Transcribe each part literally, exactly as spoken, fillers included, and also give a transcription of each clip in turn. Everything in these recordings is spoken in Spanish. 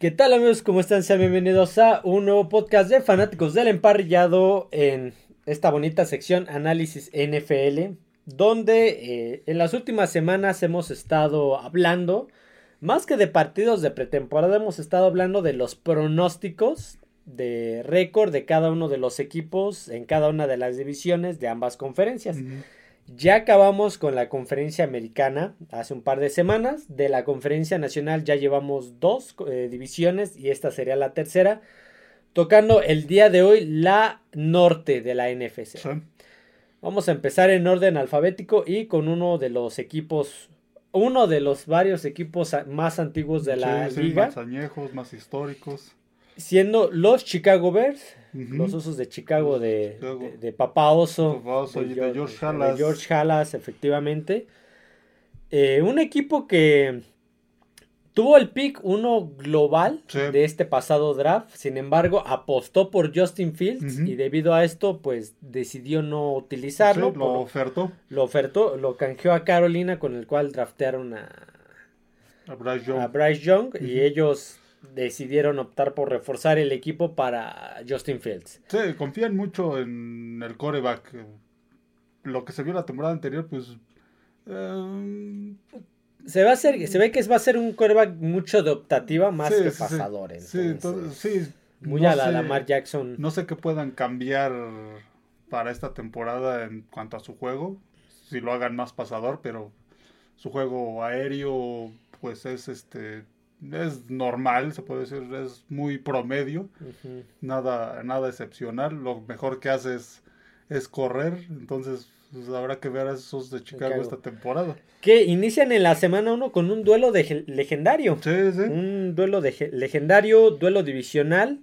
¿Qué tal, amigos? ¿Cómo están? Sean bienvenidos a un nuevo podcast de fanáticos del emparrillado en esta bonita sección Análisis N F L, donde eh, en las últimas semanas hemos estado hablando, más que de partidos de pretemporada, hemos estado hablando de los pronósticos de récord de cada uno de los equipos en cada una de las divisiones de ambas conferencias. Uh-huh. Ya acabamos con la conferencia americana hace un par de semanas. De la conferencia nacional ya llevamos dos eh, divisiones y esta sería la tercera. Tocando el día de hoy la norte de la N F C. Sí. Vamos a empezar en orden alfabético y con uno de los equipos, uno de los varios equipos más antiguos de la sí, liga. Sí, más añejos, más históricos. Siendo los Chicago Bears, uh-huh. los Osos de Chicago de, Chicago. de, de Papá Oso, Papá Oso de, y de George Halas. De George Halas, efectivamente. Eh, un equipo que tuvo el pick uno global sí. de este pasado draft, sin embargo apostó por Justin Fields uh-huh. y debido a esto pues decidió no utilizarlo. Sí, lo ofertó. Lo ofertó, lo canjeó a Carolina, con el cual draftearon a, a Bryce Young, a Bryce Young uh-huh. y ellos decidieron optar por reforzar el equipo para Justin Fields. Sí, confían mucho en el quarterback. Lo que se vio la temporada anterior, pues... Eh... Se va a hacer, se ve que va a ser un quarterback mucho de optativa más sí, que sí, pasador. Sí, entonces, sí. Muy no a la sé, Lamar Jackson. No sé qué puedan cambiar para esta temporada en cuanto a su juego. Si lo hagan más pasador, pero su juego aéreo, pues es este... es normal, se puede decir, es muy promedio, uh-huh. nada, nada excepcional. Lo mejor que hace es, es correr, entonces pues, habrá que ver a esos de Chicago, Chicago esta temporada. Que inician en la semana uno con un duelo de legendario. Sí, sí. Un duelo de legendario, duelo divisional.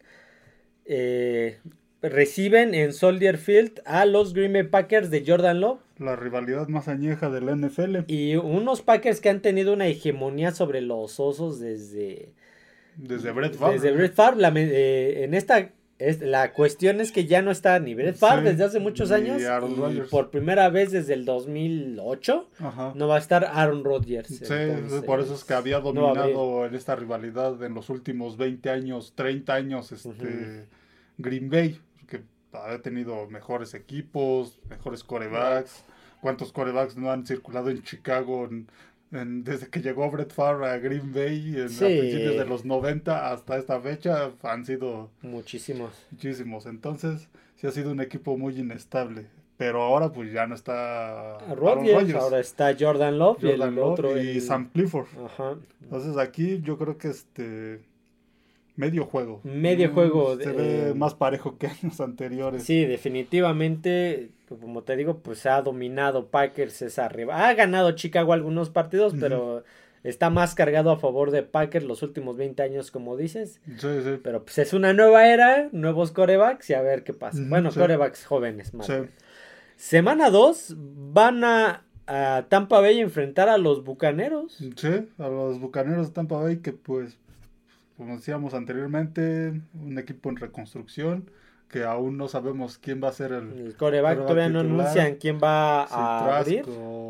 Eh, reciben en Soldier Field a los Green Bay Packers de Jordan Love. La rivalidad más añeja de la N F L. Y unos Packers que han tenido una hegemonía sobre los Osos desde... Desde Brett Favre. Desde Brett Favre. La, eh, en esta... Es, la cuestión es que ya no está ni Brett Favre sí, desde hace muchos años. Y, y por primera vez desde el dos mil ocho Ajá. no va a estar Aaron Rodgers. Sí, entonces, por eso es que había dominado no en esta rivalidad en los últimos veinte años, treinta años, este uh-huh. Green Bay, que ha tenido mejores equipos, mejores quarterbacks. ¿Cuántos quarterbacks no han circulado en Chicago en, en, desde que llegó Brett Favre a Green Bay en, sí. a principios de los noventa hasta esta fecha? Han sido muchísimos. Muchísimos. Entonces, sí ha sido un equipo muy inestable. Pero ahora pues ya no está Rodgers, ahora está Jordan Love Jordan y el Love otro y el... Sam Clifford. Ajá. Entonces aquí yo creo que este medio juego. Medio juego. Se ve eh, más parejo que años anteriores. Sí, definitivamente, como te digo, pues ha dominado Packers esa arriba. Ha ganado Chicago algunos partidos, uh-huh. pero está más cargado a favor de Packers los últimos veinte años, como dices. Sí, sí. Pero pues es una nueva era, nuevos quarterbacks y a ver qué pasa. Uh-huh, bueno, sí. quarterbacks jóvenes, más. Sí. Semana dos van a, a Tampa Bay a enfrentar a los Bucaneros. Sí, a los Bucaneros de Tampa Bay que pues... como decíamos anteriormente, un equipo en reconstrucción, que aún no sabemos quién va a ser el... El quarterback, todavía no anuncian quién va a abrir.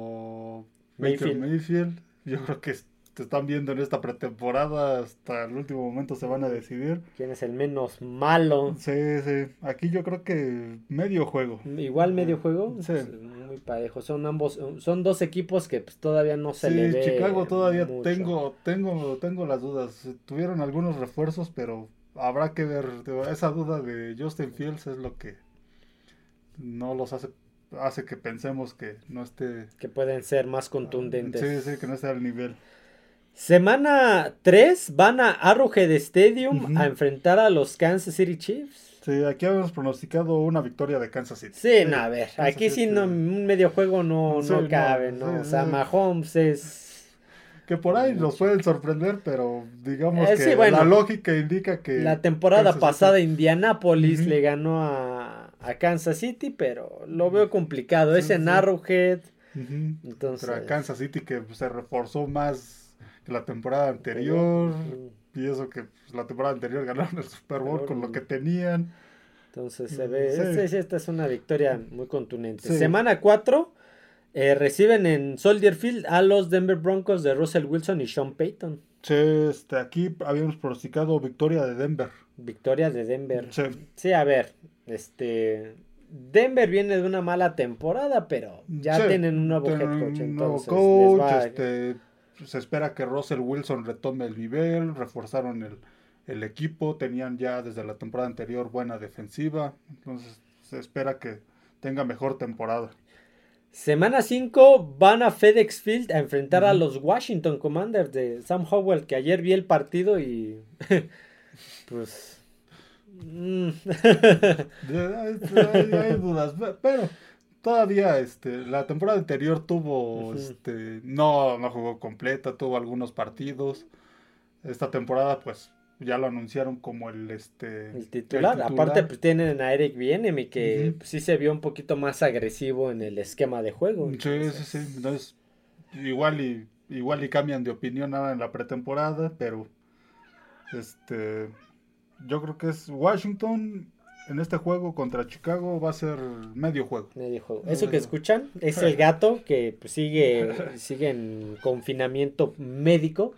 O Baker Mayfield. Yo creo que te están viendo en esta pretemporada, hasta el último momento se van a decidir. ¿Quién es el menos malo? Sí, sí. Aquí yo creo que medio juego. ¿Igual medio juego? Sí. Pues muy parejo. Son ambos, son dos equipos que pues, todavía no se sí, le ve Chicago todavía mucho. tengo, tengo, tengo las dudas. Tuvieron algunos refuerzos, pero habrá que ver. Esa duda de Justin Fields es lo que no los hace, hace que pensemos que no esté... Que pueden ser más contundentes. Sí, sí, que no esté al nivel. Semana tres van a Arrowhead Stadium uh-huh. a enfrentar a los Kansas City Chiefs. Sí, aquí habíamos pronosticado una victoria de Kansas City. Sí, sí no, a ver, Kansas aquí City. Sí no, un medio juego no, sí, no cabe, ¿no? ¿no? Sí, o sea, sí. Mahomes es... Que por ahí nos pueden sorprender, pero digamos eh, que sí, bueno, la lógica indica que... La temporada Kansas pasada City. Indianapolis uh-huh. le ganó a, a Kansas City, pero lo veo complicado. Sí, es en sí. Arrowhead. Uh-huh. Entonces... Contra Kansas City que se reforzó más que la temporada anterior. Uh-huh. Y eso que pues, la temporada anterior ganaron el Super Bowl con lo que tenían. Entonces se ve, sí. este, esta es una victoria muy contundente. Sí. Semana cuatro, eh, reciben en Soldier Field a los Denver Broncos de Russell Wilson y Sean Payton. Sí, este, aquí habíamos pronosticado victoria de Denver. Victoria de Denver. Sí. Sí, a ver, este... Denver viene de una mala temporada, pero ya Sí, tienen un nuevo tienen head coach, un nuevo entonces les coach, va... este, se espera que Russell Wilson retome el nivel, reforzaron el, el equipo, tenían ya desde la temporada anterior buena defensiva, entonces se espera que tenga mejor temporada. Semana cinco van a FedEx Field a enfrentar a Ujú. los Washington Commanders de Sam Howell, que ayer vi el partido y... pues... mm. De- Hay, hay dudas, pe- pero todavía este, la temporada anterior tuvo, Ujú. este, no, no jugó completa, tuvo algunos partidos. Esta temporada, pues, ya lo anunciaron como el, este, El el titular, aparte titular. pues tienen a Eric Bieniemy que Ujú. pues, sí se vio un poquito más agresivo en el esquema de juego, Sí, sí, sí. entonces... Entonces, igual y, igual y cambian de opinión ahora en la pretemporada, pero este, yo creo que es Washington en este juego contra Chicago va a ser medio juego. Medio juego. Eso que Medio. escuchan es el gato que pues, sigue, sigue en confinamiento médico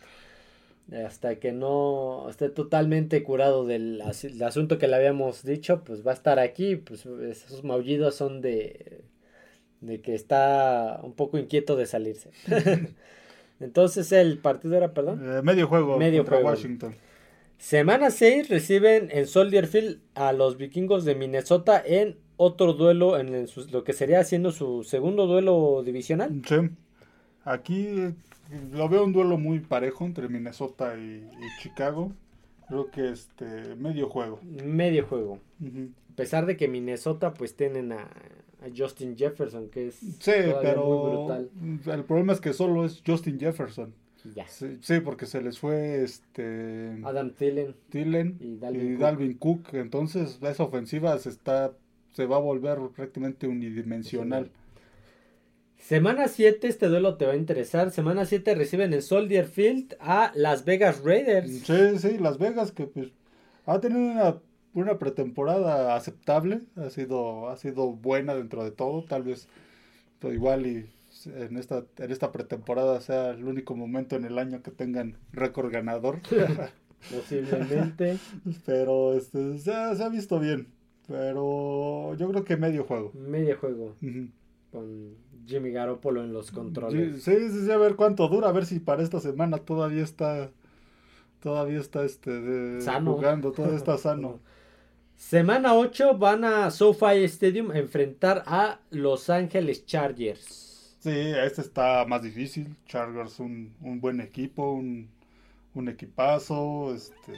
hasta que no esté totalmente curado del, as- del asunto que le habíamos dicho, pues va a estar aquí. Pues esos maullidos son de, de que está un poco inquieto de salirse. Entonces el partido era, perdón, Eh, medio juego medio contra juego. Washington. Semana seis reciben en Soldier Field a los vikingos de Minnesota en otro duelo, en el- su- lo que sería siendo su segundo duelo divisional. Sí. Aquí eh, lo veo un duelo muy parejo entre Minnesota y, y Chicago. Creo que este medio juego. Medio juego. Ujú. A pesar de que Minnesota pues tienen a, a Justin Jefferson, que es Sí, todavía muy pero brutal. el problema es que solo es Justin Jefferson. Y ya. Sí, sí, porque se les fue este Adam Thielen Thielen y y Dalvin Cook. Dalvin Cook. Entonces esa ofensiva se está se va a volver prácticamente unidimensional. Semana siete, este duelo te va a interesar. Semana siete reciben en Soldier Field a Las Vegas Raiders. Sí, sí, Las Vegas que pues ha tenido una, una pretemporada aceptable, ha sido ha sido buena dentro de todo, tal vez pero igual y en esta en esta pretemporada sea el único momento en el año que tengan récord ganador. Posiblemente. Pero este, se, ha, se ha visto bien. Pero yo creo que medio juego. Medio juego. Ujú. Con Jimmy Garoppolo en los Sí, controles. sí, sí, sí, a ver cuánto dura, a ver si para esta semana todavía está, todavía está este de- Sano. jugando, todavía está sano. Semana ocho van a SoFi Stadium a enfrentar a Los Ángeles Chargers. Sí, este está más difícil. Chargers un, un buen equipo, un, un equipazo, este,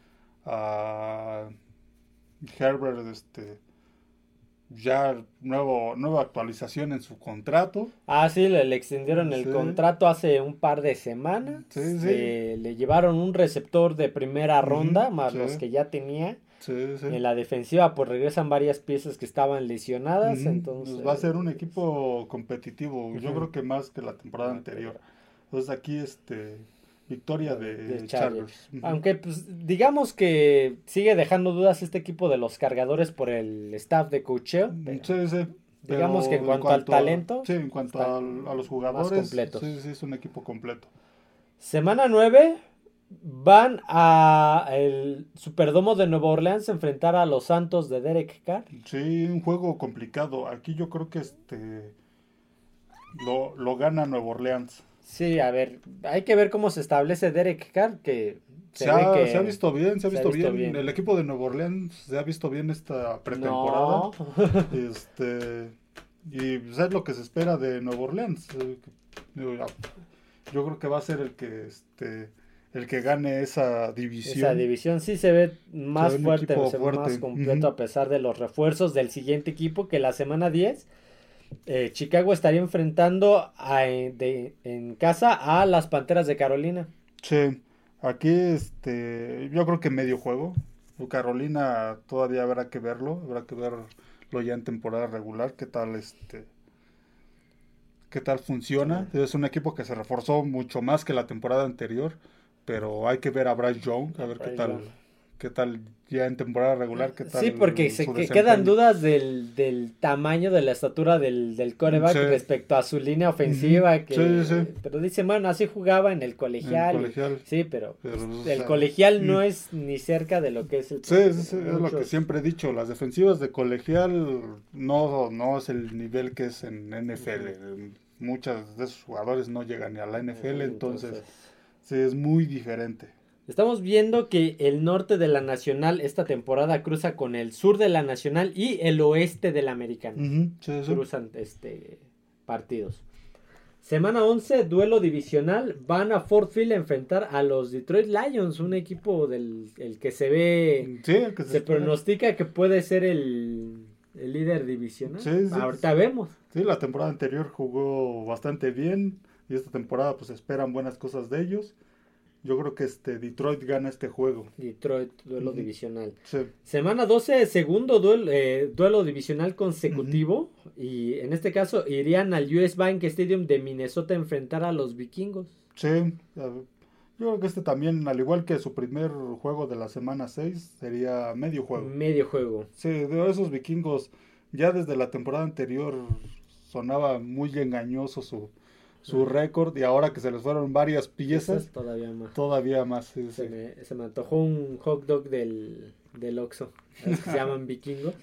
a Herbert, este, ya nuevo, nueva actualización en su contrato. Ah, sí, le, le extendieron el Sí. contrato hace un par de semanas. Sí, sí. Le, le llevaron un receptor de primera ronda, Ujú, más sí. los que ya tenía. Sí, sí. En la defensiva, pues regresan varias piezas que estaban lesionadas. Ujú, Entonces pues va a ser un equipo competitivo, yo Ujú. creo que más que la temporada anterior. Entonces aquí este victoria de, de Chargers. Chargers. Ujú. Aunque pues digamos que sigue dejando dudas este equipo de los cargadores por el staff de coacheo. pero Sí, sí. digamos Pero que en cuanto al a- talento, sí, en cuanto están al- a los más jugadores, completos. sí, sí, es un equipo completo. Semana nueve van a el Superdomo de Nueva Orleans a enfrentar a los Santos de Derek Carr. Sí, un juego complicado. Aquí yo creo que este lo, lo gana Nueva Orleans. Sí, a ver, hay que ver cómo se establece Derek Carr, que se, Se ve ha, que se ha visto bien, se ha se ha visto, visto bien. bien. El equipo de Nueva Orleans se ha visto bien esta pretemporada. No. Este, y pues, es lo que se espera de Nueva Orleans. Eh, Yo, yo creo que va a ser el que este el que gane esa división. Esa división sí se ve más Se ve un fuerte, equipo se ve fuerte. más completo Ujú. a pesar de los refuerzos del siguiente equipo que la semana diez eh, Chicago estaría enfrentando a- en, de- en casa a las Panteras de Carolina. Sí, aquí este yo creo que medio juego. Carolina todavía habrá que verlo, habrá que verlo ya en temporada regular, qué tal este qué tal funciona. Es un equipo que se reforzó mucho más que la temporada anterior, pero hay que ver a Bryce Young, a ver qué Bryce tal Young. qué tal ya en temporada regular, qué tal. Sí, porque se que quedan dudas del, del tamaño de la estatura del, del quarterback sí. respecto a su línea ofensiva. Uh-huh. que, sí, sí. Pero dicen, bueno, así jugaba en el colegial. En el colegial. Y, sí, pero, pero pues, el sea, colegial mm. no es ni cerca de lo que es el. Sí, sí, sí es lo que siempre he dicho. Las defensivas de colegial no, no es el nivel que es en N F L. Uh-huh. Muchos de esos jugadores no llegan ni a la N F L, uh-huh. entonces, entonces sí, es muy diferente. Estamos viendo que el norte de la Nacional esta temporada cruza con el sur de la Nacional y el oeste de la Americana. Uh-huh, sí, sí. Cruzan este, partidos. Semana once, duelo divisional. Van a Ford Field a enfrentar a los Detroit Lions, un equipo del el que se ve, sí, el que se, se pronostica que puede ser el, el líder divisional. Sí, sí, Ahorita sí. vemos. Sí, la temporada anterior jugó bastante bien y esta temporada pues esperan buenas cosas de ellos. Yo creo que este Detroit gana este juego. Detroit, duelo uh-huh. divisional. Sí. Semana doce, segundo duelo, eh, duelo divisional consecutivo. Uh-huh. Y en este caso irían al U S Bank Stadium de Minnesota a enfrentar a los vikingos. Sí, yo creo que este también, al igual que su primer juego de la semana seis, sería medio juego. Medio juego. Sí, de esos vikingos, ya desde la temporada anterior sonaba muy engañoso su... su récord, y ahora que se les fueron varias piezas, Esas todavía más. Todavía más, sí, se, sí. Me, se me antojó un hot dog del, del Oxxo, que se llaman vikingos.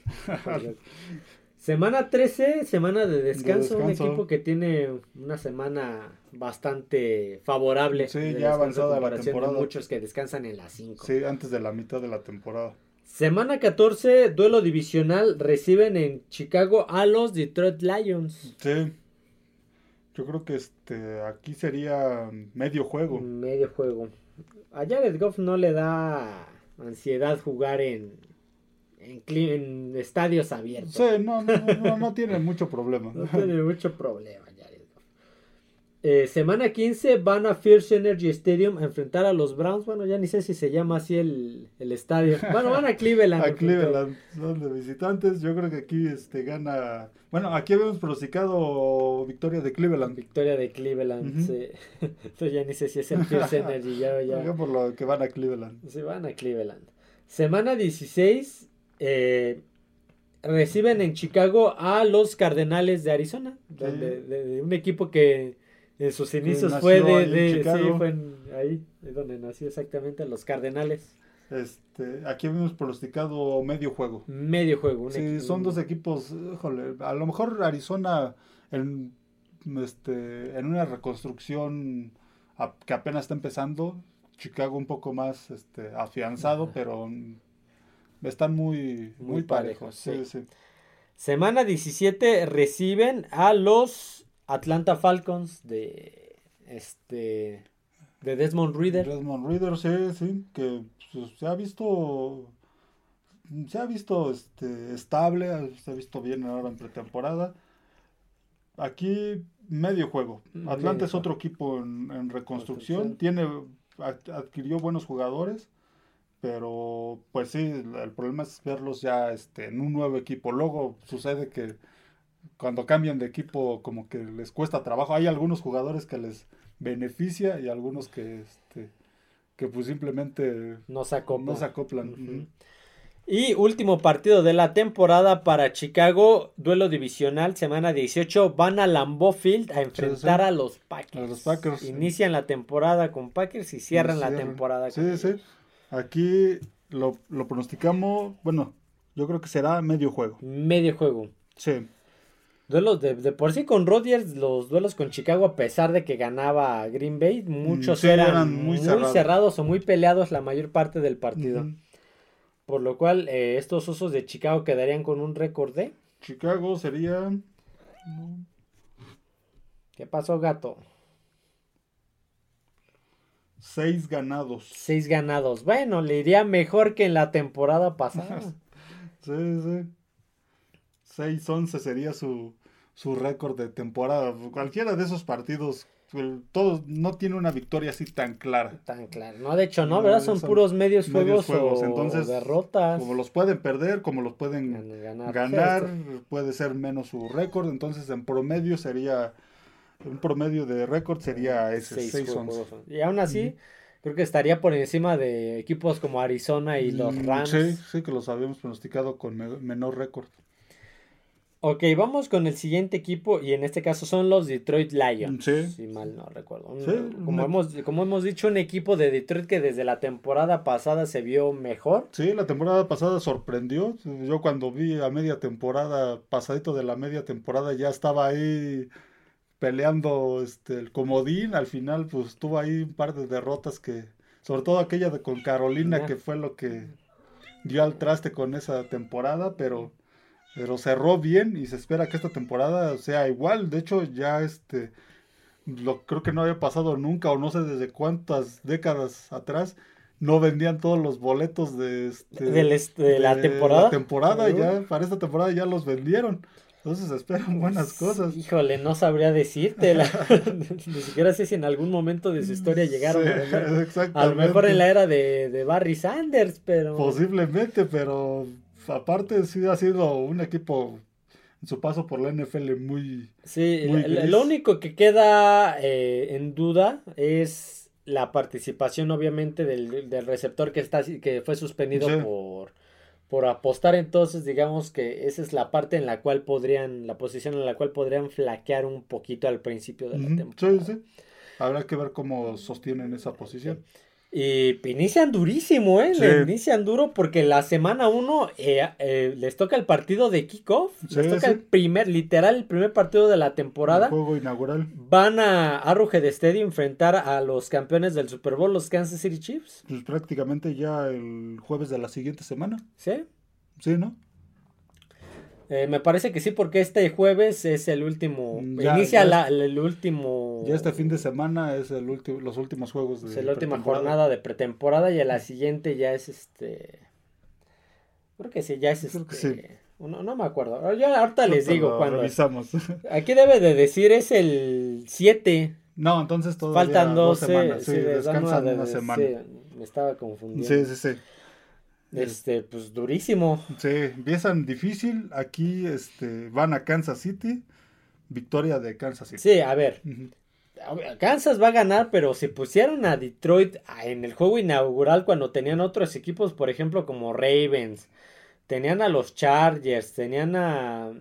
Semana trece, semana de descanso, de descanso, un equipo que tiene una semana bastante favorable. Sí, ya avanzada la temporada. De muchos que descansan en las cinco. Sí, antes de la mitad de la temporada. Semana catorce, duelo divisional, reciben en Chicago a los Detroit Lions. Sí. Yo creo que este aquí sería medio juego. Medio juego. A Jared Goff no le da ansiedad jugar en, en, en estadios abiertos. Sí, no, no, no, no tiene mucho problema. No tiene mucho problema Jared Goff. Eh, semana quince van a First Energy Stadium a enfrentar a los Browns. Bueno, ya ni sé si se llama así el, el estadio. Bueno, van a Cleveland. A Cleveland, son de visitantes. Yo creo que aquí este gana... Bueno, aquí habíamos pronosticado victoria de Cleveland. Victoria de Cleveland, uh-huh. sí. Entonces ya ni sé si es el First Energy. Ya, ya. Por lo que van a Cleveland. Sí, van a Cleveland. Semana dieciséis, eh, reciben en Chicago a los Cardenales de Arizona. Sí. De, de, de un equipo que en sus inicios fue de... de sí, fue en, ahí, es donde nació exactamente, los Cardenales. Este, aquí habíamos pronosticado medio juego. Medio juego. Un sí, equipo, son dos equipos, híjole, a lo mejor Arizona en, este, en una reconstrucción a, que apenas está empezando, Chicago un poco más este, afianzado, ajá. pero están muy, muy, muy parejos. Sí. Sí, sí. Semana diecisiete reciben a los Atlanta Falcons de este de Desmond Ridder. Desmond Ridder, sí, sí, que pues, se ha visto se ha visto este estable, se ha visto bien ahora en pretemporada. Aquí medio juego. Atlanta medio es otro juego. Equipo en, en reconstrucción, tiene adquirió buenos jugadores, pero pues sí, el problema es verlos ya este en un nuevo equipo. Luego sucede que cuando cambian de equipo como que les cuesta trabajo. Hay algunos jugadores que les beneficia y algunos que este que pues simplemente no se acoplan. No se acoplan. Uh-huh. Y último partido de la temporada para Chicago, duelo divisional, semana dieciocho, van a Lambeau Field a enfrentar sí, sí. a los Packers. A los Packers. Inician sí. la temporada con Packers y cierran y la cierran. temporada sí, con Sí, sí. Aquí lo, lo pronosticamos, bueno, yo creo que será medio juego. Medio juego. Sí. Duelos de, de por sí con Rodgers, los duelos con Chicago, a pesar de que ganaba Green Bay, muchos sí, eran, eran muy, muy cerrados. cerrados o muy peleados la mayor parte del partido. Uh-huh. Por lo cual, eh, estos Osos de Chicago quedarían con un récord de... Chicago sería... ¿Qué pasó, gato? Seis ganados. Seis ganados. Bueno, le iría mejor que en la temporada pasada. sí, sí. seis once sería su, su récord de temporada. Cualquiera de esos partidos, todos no tiene una victoria así tan clara. Tan clara. No, de hecho, no, ¿verdad? Son, son puros medios, medios juegos, o entonces, derrotas. Como los pueden perder, como los pueden ganar, ganar puede ser menos su récord. Entonces, en promedio sería, un promedio de récord sería ese, seis once. Y aún así, uh-huh. Creo que estaría por encima de equipos como Arizona y los Rams. Sí, sí, que los habíamos pronosticado con me menor récord. Ok, vamos con el siguiente equipo y en este caso son los Detroit Lions, sí. si mal no recuerdo. Un, sí, como, una... hemos, como hemos dicho, un equipo de Detroit que desde la temporada pasada se vio mejor. Sí, la temporada pasada sorprendió. Yo cuando vi a media temporada, pasadito de la media temporada, ya estaba ahí peleando este, el comodín. Al final, pues tuvo ahí un par de derrotas que, sobre todo aquella de con Carolina, Ya. que fue lo que dio al traste con esa temporada, pero... pero cerró bien y se espera que esta temporada sea igual. De hecho, ya este, lo creo que no había pasado nunca o no sé desde cuántas décadas atrás no vendían todos los boletos de, este, Del este- de la temporada. la temporada. Uh. Ya para esta temporada ya los vendieron. Entonces esperan buenas cosas. Híjole, no sabría decirte. La... Ni siquiera sé si en algún momento de su historia llegaron Sí, a vender. exactamente. A lo mejor en la era de, de Barry Sanders, pero... Posiblemente, pero aparte sí ha sido un equipo en su paso por la N F L muy... Sí, muy lo, gris. lo único que queda eh, en duda es la participación, obviamente, del, del receptor que está que fue suspendido Sí. por, por apostar. Entonces, digamos que esa es la parte en la cual podrían, la posición en la cual podrían flaquear un poquito al principio de la Ujú, temporada. sí, sí. Habrá que ver cómo sostienen esa posición. Y inician durísimo, ¿eh? Sí. Le inician duro porque la semana uno eh, eh, les toca el partido de kickoff. Sí, les toca sí. el primer, literal, el primer partido de la temporada. El juego inaugural. Van a Arrowhead Stadium a enfrentar a los campeones del Super Bowl, los Kansas City Chiefs. Pues prácticamente ya el jueves de la siguiente semana. ¿Sí? Sí, ¿no? Eh, me parece que sí, porque este jueves es el último. Ya, inicia ya la, el, el último. Ya este fin de semana es el último, los últimos juegos de Es la última pretemporada. jornada de pretemporada y a la siguiente ya es este. Creo que sí, ya es Creo que este. sí. No, no me acuerdo. Ya ahorita les Ahorita digo lo cuándo. es. revisamos. Aquí debe de decir es el siete. No, entonces todavía Faltan dos doce. semanas. Sí, sí, de- descansan de- una de- semana. sí, me estaba confundiendo. Sí, sí, sí. Este, pues durísimo. Sí, empiezan difícil. Aquí este, van a Kansas City. Victoria de Kansas City. Sí, a ver. Ujú. Kansas va a ganar, pero si pusieron a Detroit en el juego inaugural cuando tenían otros equipos, por ejemplo, como Ravens, tenían a los Chargers, tenían a,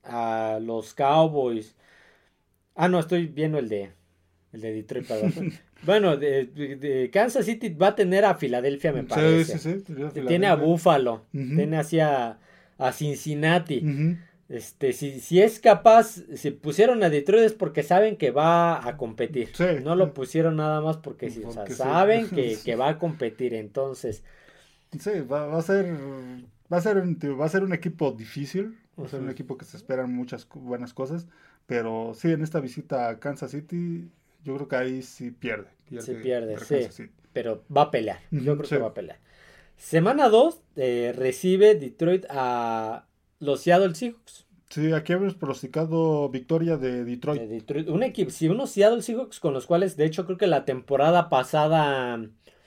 a los Cowboys. Ah, no, estoy viendo el de el de Detroit, perdón. Bueno, de, de- de Kansas City va a tener a Filadelfia, me parece. Sí, sí, sí. Tiene a Tiene a Filadelfia. Buffalo, Ujú. tiene hacia a Cincinnati. Ujú. Este, si, si es capaz, si pusieron a Detroit es porque saben que va a competir. Sí. No lo pusieron nada más porque sí, o sea, Porque sí. saben que, que va a competir. Entonces, Sí, va, va a ser, va a ser un, va a ser un equipo difícil, va a ser un Ujú. equipo que se esperan muchas co- buenas cosas, pero sí, en esta visita a Kansas City, yo creo que ahí sí pierde. sí pierde, contra sí. Kansas City. Pero va a pelear. Yo Ujú, creo sí. que va a pelear. Semana dos recibe Detroit a los Seattle Seahawks. Sí, aquí hemos pronosticado victoria de Detroit. De Detroit. Un equipo, si unos Seattle Seahawks con los cuales, de hecho, creo que la temporada pasada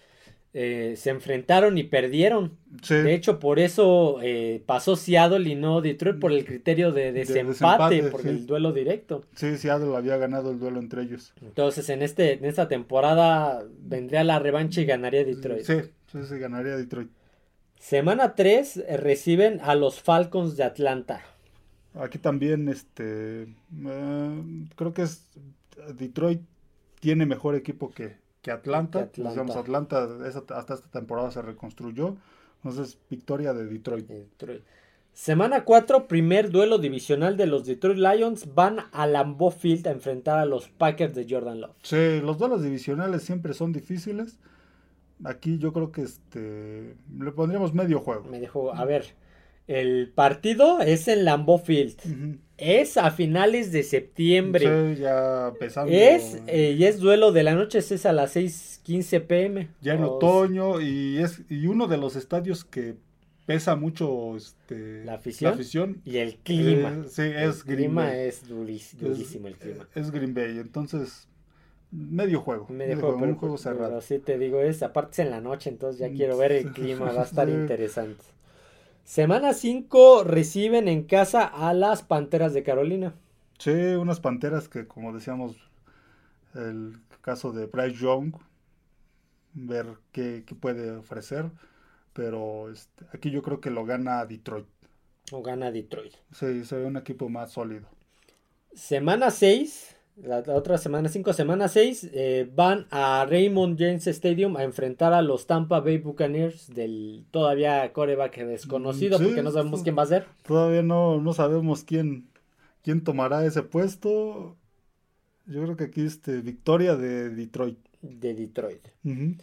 eh, se enfrentaron y perdieron. Sí, De hecho, por eso eh, pasó Seattle y no Detroit por el criterio de desempate, desempate, por sí. el duelo directo. sí, Seattle había ganado el duelo entre ellos. Entonces, en este en esta temporada vendría la revancha y ganaría Detroit. Sí, sí, sí, ganaría Detroit. Semana tres eh, reciben a los Falcons de Atlanta. Aquí también, este, eh, creo que es Detroit tiene mejor equipo que, que Atlanta. Que Atlanta. Digamos, Atlanta esa- hasta esta temporada se reconstruyó. Entonces, victoria de Detroit. Detroit. Semana cuatro, primer duelo divisional de los Detroit Lions. Van a Lambeau Field a enfrentar a los Packers de Jordan Love. Sí, los duelos divisionales siempre son difíciles. Aquí yo creo que este le pondríamos medio juego. Me dijo, a ver, el partido es en Lambeau Field. Ujú. Es a finales de septiembre. Sí, ya empezando. Es, eh, y es duelo de la noche, es a las seis quince pm. Ya en O otoño y es y uno de los estadios que pesa mucho este La afición. afición, Y el clima. eh, sí, el es Green clima Bay. es duris- durísimo el clima. Es Green Bay, entonces medio juego, Me medio dejó, juego, pero, un juego pero cerrado. sí te digo, es aparte es en la noche, entonces ya Mm, quiero ver el sí. clima, va a estar Sí. interesante. Semana cinco reciben en casa a las Panteras de Carolina. Sí, unas Panteras que como decíamos el caso de Bryce Young ver qué, qué puede ofrecer. Pero este, aquí yo creo que lo gana Detroit. O gana Detroit. Sí, se ve un equipo más sólido. Semana seis, la, la otra semana cinco, semana seis, eh, van a Raymond James Stadium a enfrentar a los Tampa Bay Buccaneers del todavía quarterback desconocido, Sí, porque no sabemos quién va a ser. Todavía no, no sabemos quién, quién tomará ese puesto. Yo creo que aquí este victoria de Detroit. De Detroit. Uh-huh.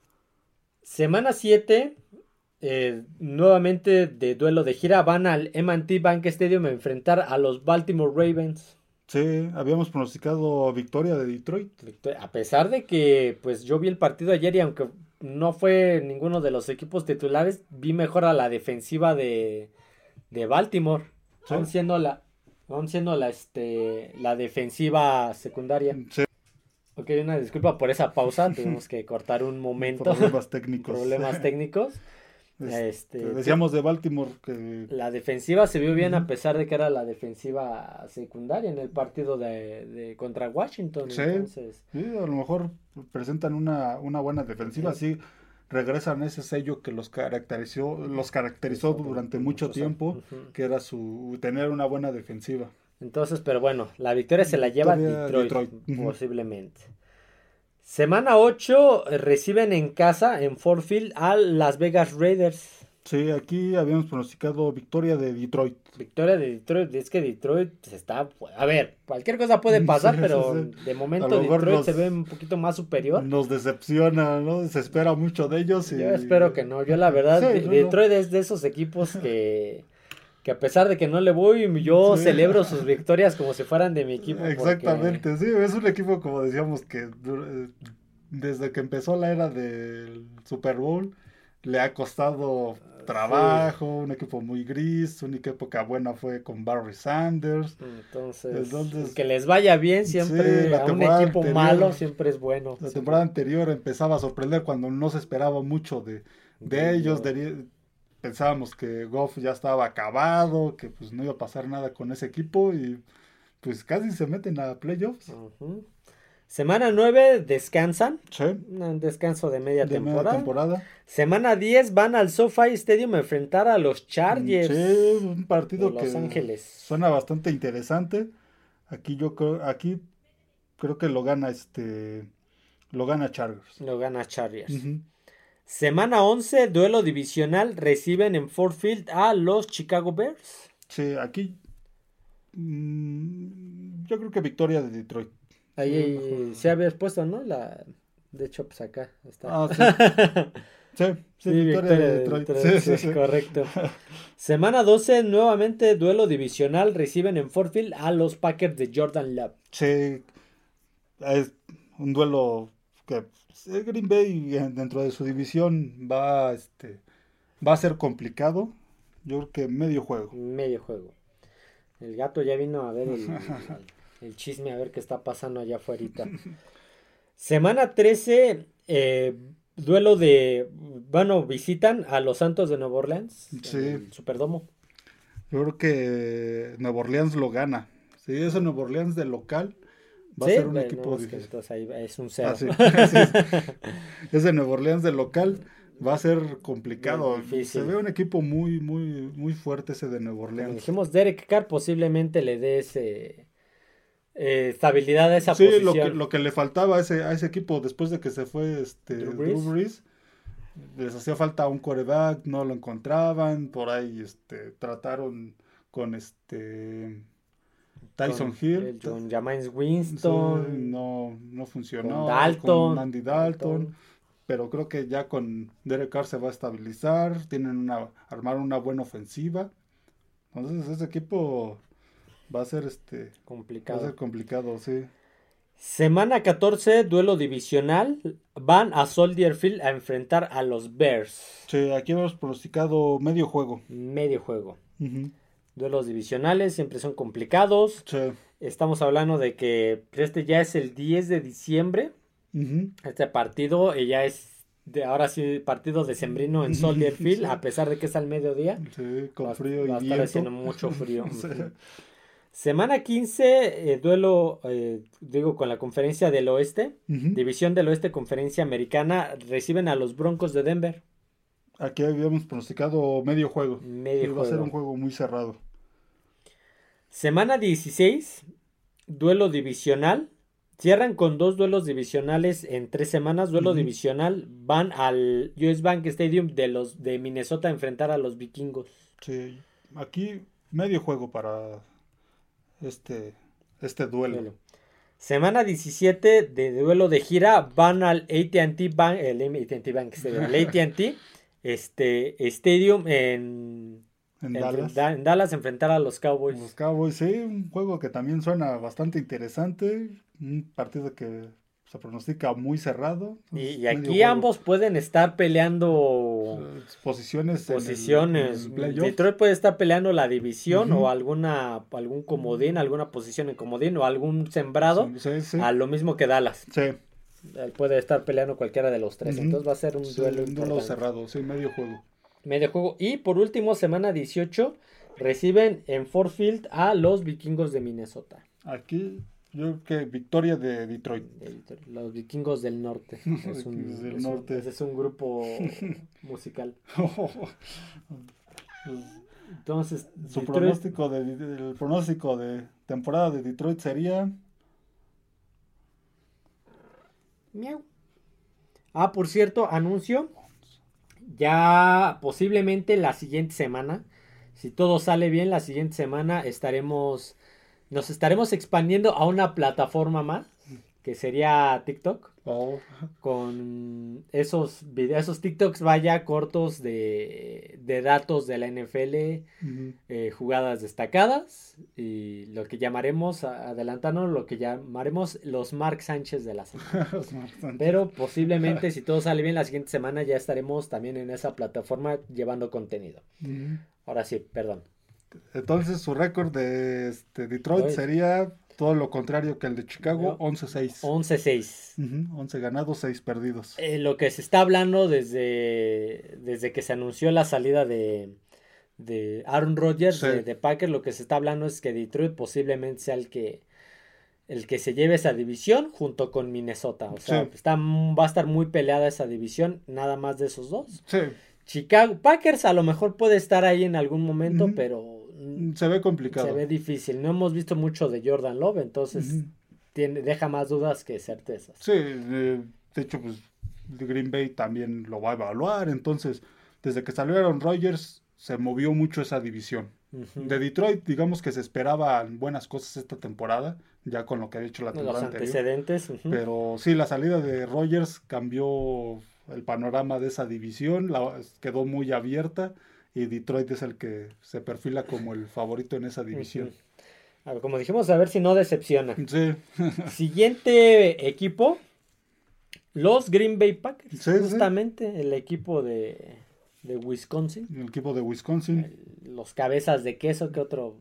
Semana siete, eh, nuevamente de duelo de gira, van al M and T Bank Stadium a enfrentar a los Baltimore Ravens. Sí, habíamos pronosticado victoria de Detroit. A pesar de que pues yo vi el partido ayer y aunque no fue ninguno de los equipos titulares, vi mejor a la defensiva de, de Baltimore. Sí. Aún siendo la, aún siendo la, este, la defensiva secundaria. Sí. Ok, una disculpa por esa pausa, tuvimos que cortar un momento. Problemas técnicos. Problemas técnicos. Este, Este, decíamos de Baltimore que la defensiva se vio bien uh-huh. a pesar de que era la defensiva secundaria en el partido de, de contra Washington. Sí, entonces, sí, a lo mejor presentan una, una buena defensiva, sí. sí regresan ese sello que los caracterizó, los caracterizó durante mucho tiempo, uh-huh. que era su tener una buena defensiva. Entonces, pero bueno, la victoria se la lleva Detroit, Detroit. Uh-huh. posiblemente. Semana ocho, reciben en casa, en Ford Field, a Las Vegas Raiders. Sí, aquí habíamos pronosticado victoria de Detroit. Victoria de Detroit, es que Detroit se está... A ver, cualquier cosa puede pasar, sí, pero sí, sí. de momento Detroit nos, se ve un poquito más superior. Nos decepciona, ¿no? Se espera mucho de ellos. Y... Yo espero que no, yo la verdad, sí, de, no, Detroit no. es de esos equipos que... que a pesar de que no le voy, yo sí. celebro sus victorias como si fueran de mi equipo. Exactamente, porque... sí, es un equipo como decíamos que desde que empezó la era del Super Bowl le ha costado trabajo, sí. un equipo muy gris, su única época buena fue con Barry Sanders. Entonces, Entonces que les vaya bien siempre, sí, a un equipo anterior, malo siempre es bueno. La temporada anterior empezaba a sorprender cuando no se esperaba mucho de, de, de ellos, de, pensábamos que Goff ya estaba acabado, que pues no iba a pasar nada con ese equipo y pues casi se meten a playoffs. Uh-huh. Semana nueve descansan, sí. un descanso de media, de temporada. media temporada. Semana diez van al SoFi Stadium a enfrentar a los Chargers. Sí, un partido de que Los Ángeles. Suena bastante interesante. Aquí yo creo, aquí creo que lo gana este, lo gana Chargers. Lo gana Chargers. Uh-huh. Semana once, duelo divisional, reciben en Ford Field a los Chicago Bears. Sí, aquí mmm, yo creo que victoria de Detroit. Ahí sí, se había puesto, ¿no? La, de hecho, pues acá está. Ah, sí. sí, sí, sí, victoria, victoria de Detroit. De sí, Detroit sí, sí, sí. Correcto. Semana doce, nuevamente duelo divisional, reciben en Ford Field a los Packers de Jordan Love. Sí, es un duelo que Green Bay dentro de su división va, este, va a ser complicado. Yo creo que medio juego. Medio juego. El gato ya vino a ver el, el, el chisme, a ver qué está pasando allá afuera. Semana trece, eh, duelo de, bueno, visitan a los Santos de Nueva Orleans. Sí. El Superdomo. Yo creo que Nueva Orleans lo gana. Sí, ese Nueva Orleans de local va ¿Sí? a ser un bueno, equipo es difícil. que entonces ahí es un cero. Ah, sí. Ese Nueva Orleans de local va a ser complicado. Se ve un equipo muy, muy, muy fuerte ese de Nueva Orleans. Como dijimos, Derek Carr posiblemente le dé ese, eh, estabilidad a esa sí, posición. Lo que, lo que le faltaba a ese, a ese equipo después de que se fue este, Drew Brees. Drew Brees, les hacía falta un quarterback, no lo encontraban, por ahí este, trataron con este Tyson con, Hill. Con Jameis Winston. Sí, no, no funcionó. Con Dalton. Con Andy Dalton. Dalton. Pero creo que ya con Derek Carr se va a estabilizar. Tienen una, armaron una buena ofensiva. Entonces ese equipo va a ser este complicado. Va a ser complicado, sí. Semana catorce, duelo divisional. Van a Soldier Field a enfrentar a los Bears. Sí, aquí hemos pronosticado medio juego. Medio juego. Uh-huh. Duelos divisionales siempre son complicados. Sí. Estamos hablando de que este ya es el diez de diciembre. Uh-huh. Este partido eh, ya es de ahora sí partido decembrino en Soldier Field, sí. A pesar de que es al mediodía. Sí, con va, frío va y a estar viento. haciendo mucho frío. Sí. Semana quince, eh, duelo, eh, digo, con la conferencia del oeste, Ujú. división del oeste, conferencia americana, reciben a los Broncos de Denver, Aquí habíamos pronosticado medio juego. Sí, medio va a ser un juego. juego muy cerrado. Semana dieciséis, duelo divisional. Cierran con dos duelos divisionales en tres semanas. Duelo Ujú. divisional. Van al U S Bank Stadium de los de Minnesota a enfrentar a los vikingos. Sí, aquí medio juego para este, este duelo. Duelo. Semana diecisiete de duelo de gira. Van al A T and T Bank, el A T and T Bank Stadium, el A T and T este, Stadium en, En en, Dallas. en Dallas a enfrentar a los Cowboys. Los Cowboys, sí, un juego que también suena bastante interesante. Un partido que se pronostica muy cerrado. Y, Es y medio aquí juego. ambos pueden estar peleando Eh, Posiciones en el, en posiciones. el playoff. Detroit puede estar peleando la división o Ujú. alguna algún comodín, alguna posición en comodín o algún sembrado, Sí, sí, a lo mismo que Dallas. sí. Él puede estar peleando cualquiera de los tres. Ujú. Entonces va a ser un Sí, duelo un duelo importante. cerrado, sí, medio juego. Medio juego. Y por último, semana dieciocho, reciben en Ford Field a los vikingos de Minnesota. Aquí yo creo que victoria de Detroit. Los vikingos del norte. Es un, Vikingos del es un- norte. ese es un grupo musical. Entonces, Su Detroit- pronóstico de, el pronóstico de temporada de Detroit sería Miau. Ah, por cierto, anuncio. Ya posiblemente la siguiente semana, si todo sale bien, la siguiente semana estaremos, nos estaremos expandiendo a una plataforma más, que sería TikTok, oh, con esos videos, esos TikToks vaya cortos de, de datos de la N F L, ujú. eh, jugadas destacadas y lo que llamaremos, adelantándonos, lo que llamaremos los Mark Sánchez de la semana. Pero posiblemente, si todo sale bien, la siguiente semana ya estaremos también en esa plataforma llevando contenido. Ujú. Ahora sí, perdón. Entonces su récord de este, Detroit Detroit. sería todo lo contrario que el de Chicago, once seis. once seis. Ujú, once ganados, seis perdidos. Eh, lo que se está hablando desde, desde que se anunció la salida de, de Aaron Rodgers Sí. de, de Packers, lo que se está hablando es que Detroit posiblemente sea el que, el que se lleve esa división junto con Minnesota. O sea, Sí. está, va a estar muy peleada esa división, nada más de esos dos. Sí, Chicago, Packers a lo mejor puede estar ahí en algún momento, Ujú. pero mm, se ve complicado. se ve difícil. No hemos visto mucho de Jordan Love, entonces Ujú. tiene, deja más dudas que certezas. Sí, eh, de hecho, pues Green Bay también lo va a evaluar. Entonces, desde que salió Aaron Rodgers, se movió mucho esa división. Ujú. De Detroit, digamos que se esperaban buenas cosas esta temporada, ya con lo que ha hecho la Los temporada anterior. antecedentes. Ujú. Pero sí, la salida de Rodgers cambió el panorama de esa división, la, quedó muy abierta y Detroit es el que se perfila como el favorito en esa división. Ujú. A ver, como dijimos, a ver si no decepciona. Sí, Siguiente equipo, los Green Bay Packers, Sí, sí. justamente el equipo de, de Wisconsin. el equipo de Wisconsin. El- los cabezas de queso, ¿qué otro,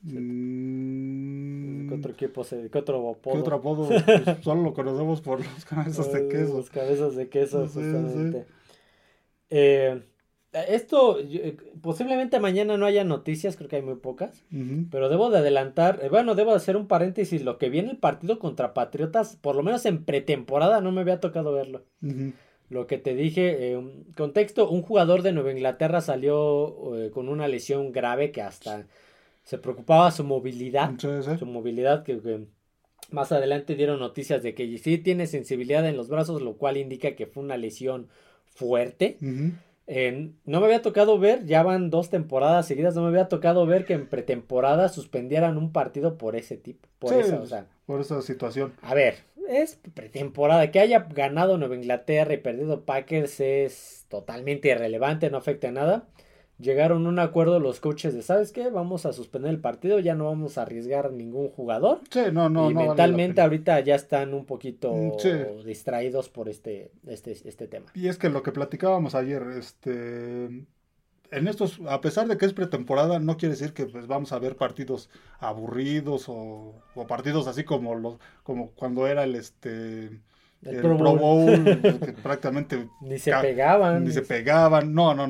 Mm, qué otro equipo se, qué otro apodo? ¿Qué otro apodo? Pues solo lo conocemos por los cabezas de Eh, queso. Los cabezas de queso, Sí, justamente. Eh, esto, yo- eh, posiblemente mañana no haya noticias, creo que hay muy pocas. Ujú. Pero debo de adelantar, eh, bueno, debo de hacer un paréntesis. Lo que viene el partido contra Patriotas, por lo menos en pretemporada, no me había tocado verlo. Ujú. Lo que te dije, eh, un- contexto, un jugador de Nueva Inglaterra salió eh, con una lesión grave que hasta se preocupaba su movilidad. Sí, sí. Su movilidad que, que más adelante dieron noticias de que sí tiene sensibilidad en los brazos, lo cual indica que fue una lesión fuerte. Ujú. Eh, no me había tocado ver, ya van dos temporadas seguidas, no me había tocado ver que en pretemporada suspendieran un partido por ese tipo. Por Sí, eso, o sea, por esa situación. a ver, es pretemporada. Que haya ganado Nueva Inglaterra y perdido Packers es totalmente irrelevante, no afecta a nada. Llegaron a un acuerdo los coaches de, ¿sabes qué? Vamos a suspender el partido, ya no vamos a arriesgar ningún jugador. Sí, no, no, y no vale la mentalmente pena. ahorita ya están un poquito Mm, sí. distraídos por este, este, este tema. Y es que lo que platicábamos ayer, este, en estos, a pesar de que es pretemporada, no quiere decir que pues vamos a ver partidos aburridos o, o partidos así como los, como cuando era el este El el Pro Pro Bowl. Bowl, que prácticamente Ni se ca- pegaban. ni se pegaban, no, no, no.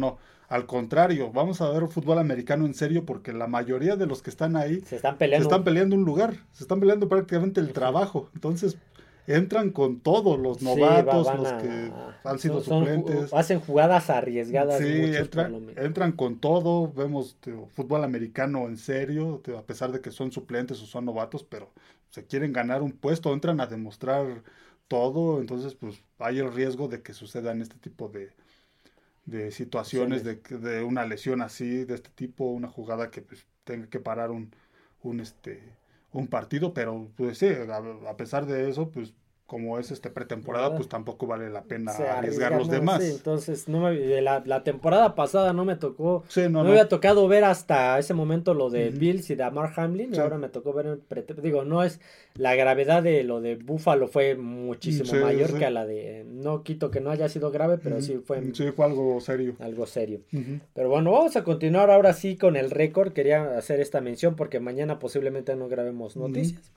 Al contrario, vamos a ver fútbol americano en serio porque la mayoría de los que están ahí Se están se peleando. están peleando un lugar, se están peleando prácticamente el Ujú. trabajo. Entonces entran con todos los Sí, va- novatos, van los que a... han sido Son, son ju- suplentes. hacen jugadas arriesgadas Sí, muchos por entra- lo menos. entran con todo. Vemos tío, fútbol americano en serio, tío, a pesar de que son suplentes o son novatos, pero se quieren ganar un puesto, entran a demostrar todo. Entonces, pues hay el riesgo de que sucedan este tipo de de situaciones Opciones. de, que- de una lesión así, de este tipo, una jugada que pues, tenga que parar un, un, este, un partido, pero pues sí, a, a pesar de eso, pues como es este pretemporada, ¿Verdad? pues tampoco vale la pena Se arriesgar arriesgar, los no, sí, demás. entonces no me, de la, la temporada pasada no me tocó, Sí, no, no me no. había tocado ver hasta ese momento lo de Ujú. Bills y de Amar Hamlin, y Sí, ahora me tocó ver el prete- digo, no es, la gravedad de lo de Buffalo fue mm, muchísimo sí, mayor que sí. a la de, no quito que no haya sido grave, pero Ujú. sí fue Sí, fue algo serio. algo serio. Ujú. Pero bueno, vamos a continuar ahora sí con el récord, quería hacer esta mención porque mañana posiblemente no grabemos Ujú. noticias.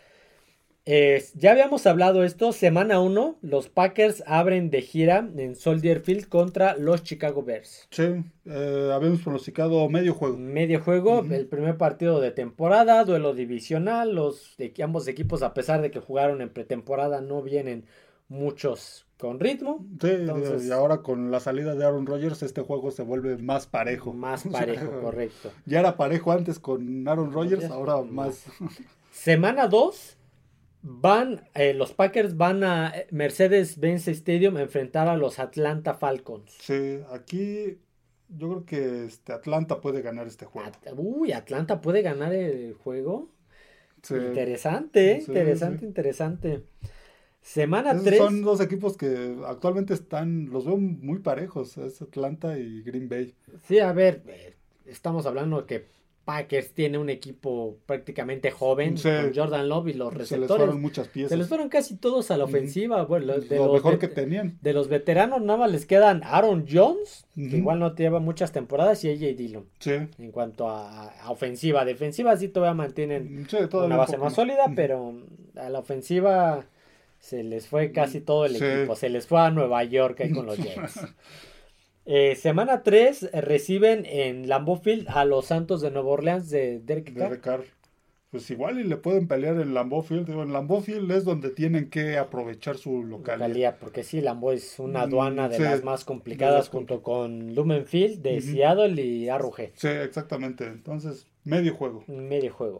Eh, ya habíamos hablado esto, semana uno, los Packers abren de gira en Soldier Field contra los Chicago Bears. Sí, eh, habíamos pronosticado medio juego. Medio juego, Ujú. el primer partido de temporada, duelo divisional, los de, ambos equipos a pesar de que jugaron en pretemporada no vienen muchos con ritmo, Sí, y entonces ahora con la salida de Aaron Rodgers, este juego se vuelve más parejo. más parejo, correcto. Ya era parejo antes con Aaron Rodgers, ahora más. Más. Semana dos, van, eh, los Packers van a Mercedes-Benz Stadium a enfrentar a los Atlanta Falcons. Sí, aquí yo creo que este Atlanta puede ganar este juego. At- Uy, Atlanta puede ganar el juego. Sí, Interesante, ¿eh? sí, Interesante, sí. interesante. Semana Esos tres. son dos equipos que actualmente están, los veo muy parejos, es Atlanta y Green Bay. Sí, a ver, eh, estamos hablando que Packers tiene un equipo prácticamente joven Sí, con Jordan Love y los se les receptores. fueron muchas Se les piezas. fueron casi todos a la Ujú. ofensiva. Bueno, lo- de Lo los mejor que vet- tenían. de los veteranos nada más les quedan Aaron Jones, que Ujú. igual no lleva muchas temporadas, y A J Dillon. Sí, En cuanto a, a ofensiva, defensiva sí todavía mantienen sí, una todavía un base poco más más. sólida, Ujú. pero a la ofensiva se les fue casi todo el Sí. equipo. Se les fue a Nueva York ahí con los Jets. Eh, semana tres reciben en Lambeau Field a los Santos de Nueva Orleans de Derek De Carr. Recar. Pues igual y le pueden pelear en Lambeau Field. Digo, en Lambeau Field es donde tienen que aprovechar su localidad. Localía, porque sí, Lambeau es una aduana Mm, de sí, las más de complicadas las junto compli- con Lumen Field de Ujú. Seattle y Arrowhead. Sí, exactamente. Entonces, medio juego. Un medio juego.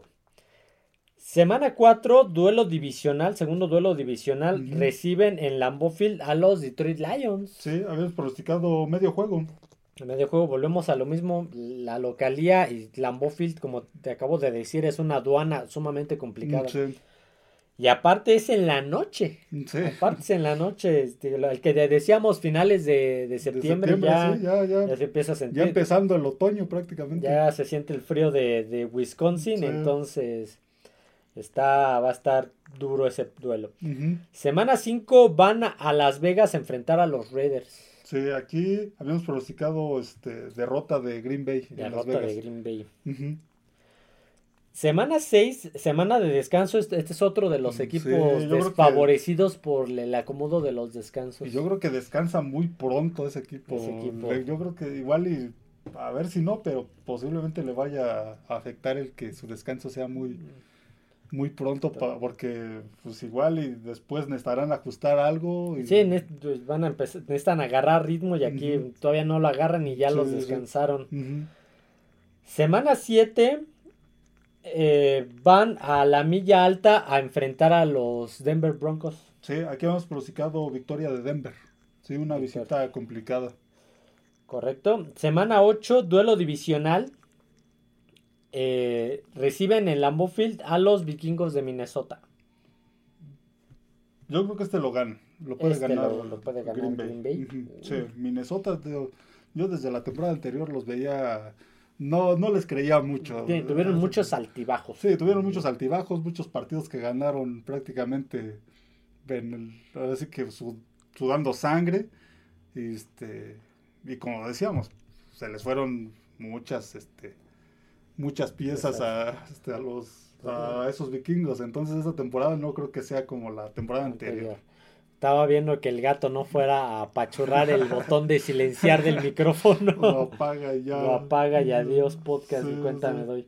Semana cuatro, duelo divisional, segundo duelo divisional, Ujú. reciben en Lambeau Field a los Detroit Lions. Sí, habíamos pronosticado medio juego. En medio juego volvemos a lo mismo, la localía y Lambeau Field, como te acabo de decir, es una aduana sumamente complicada. Sí, Y aparte es en la noche, sí. aparte es en la noche, este, lo- el que de- decíamos finales de, de De septiembre, septiembre, ya, sí, ya, ya. ya se empieza a Ya sentir, empezando el otoño prácticamente. ya se siente el frío de, de Wisconsin, Sí. entonces está, va a estar duro ese duelo. Ujú. Semana cinco van a, a Las Vegas a enfrentar a los Raiders. Sí, aquí habíamos pronosticado este, derrota de Green Bay en Las Derrota Vegas. de Green Bay. Ujú. Semana seis, semana de descanso. Este, este es otro de los Sí, equipos yo creo que- desfavorecidos por el acomodo de los descansos. Y yo creo que descansa muy pronto ese equipo. Ese equipo. Le- Yo creo que igual y a ver si no, pero posiblemente le vaya a afectar el que su descanso sea muy muy pronto pa- porque pues igual y después necesitarán ajustar algo y Sí, ne- pues, van a empezar, necesitan agarrar ritmo y aquí Ujú. todavía no lo agarran y ya Sí, los sí, sí. descansaron. Ujú. Semana siete eh, van a la milla alta a enfrentar a los Denver Broncos. Sí, aquí hemos pronosticado victoria de Denver. Sí, una Victoria. visita complicada. Correcto. Semana ocho, duelo divisional. Eh, reciben en Lambeau Field a los vikingos de Minnesota. Yo creo que este lo gana. Lo puede Este ganar, lo- lo puede ganar Green Bay. Green Bay. Ujú. Uy. Sí, Minnesota, digo, yo desde la temporada anterior los veía, no, no les creía mucho. Ti- Tuvieron muchos altibajos. Sí, tuvieron muchos altibajos, muchos partidos que ganaron prácticamente, en el, ahora sí que su- sudando sangre. Y, este, y como decíamos, se les fueron muchas, este, muchas piezas a, este, a los a esos vikingos. Entonces esta temporada no creo que sea como la temporada anterior. Anterior. Estaba viendo que el gato no fuera a apachurrar el botón de silenciar del micrófono. Lo apaga y ya. Lo apaga y adiós podcast Sí, y cuenta sí. me doy.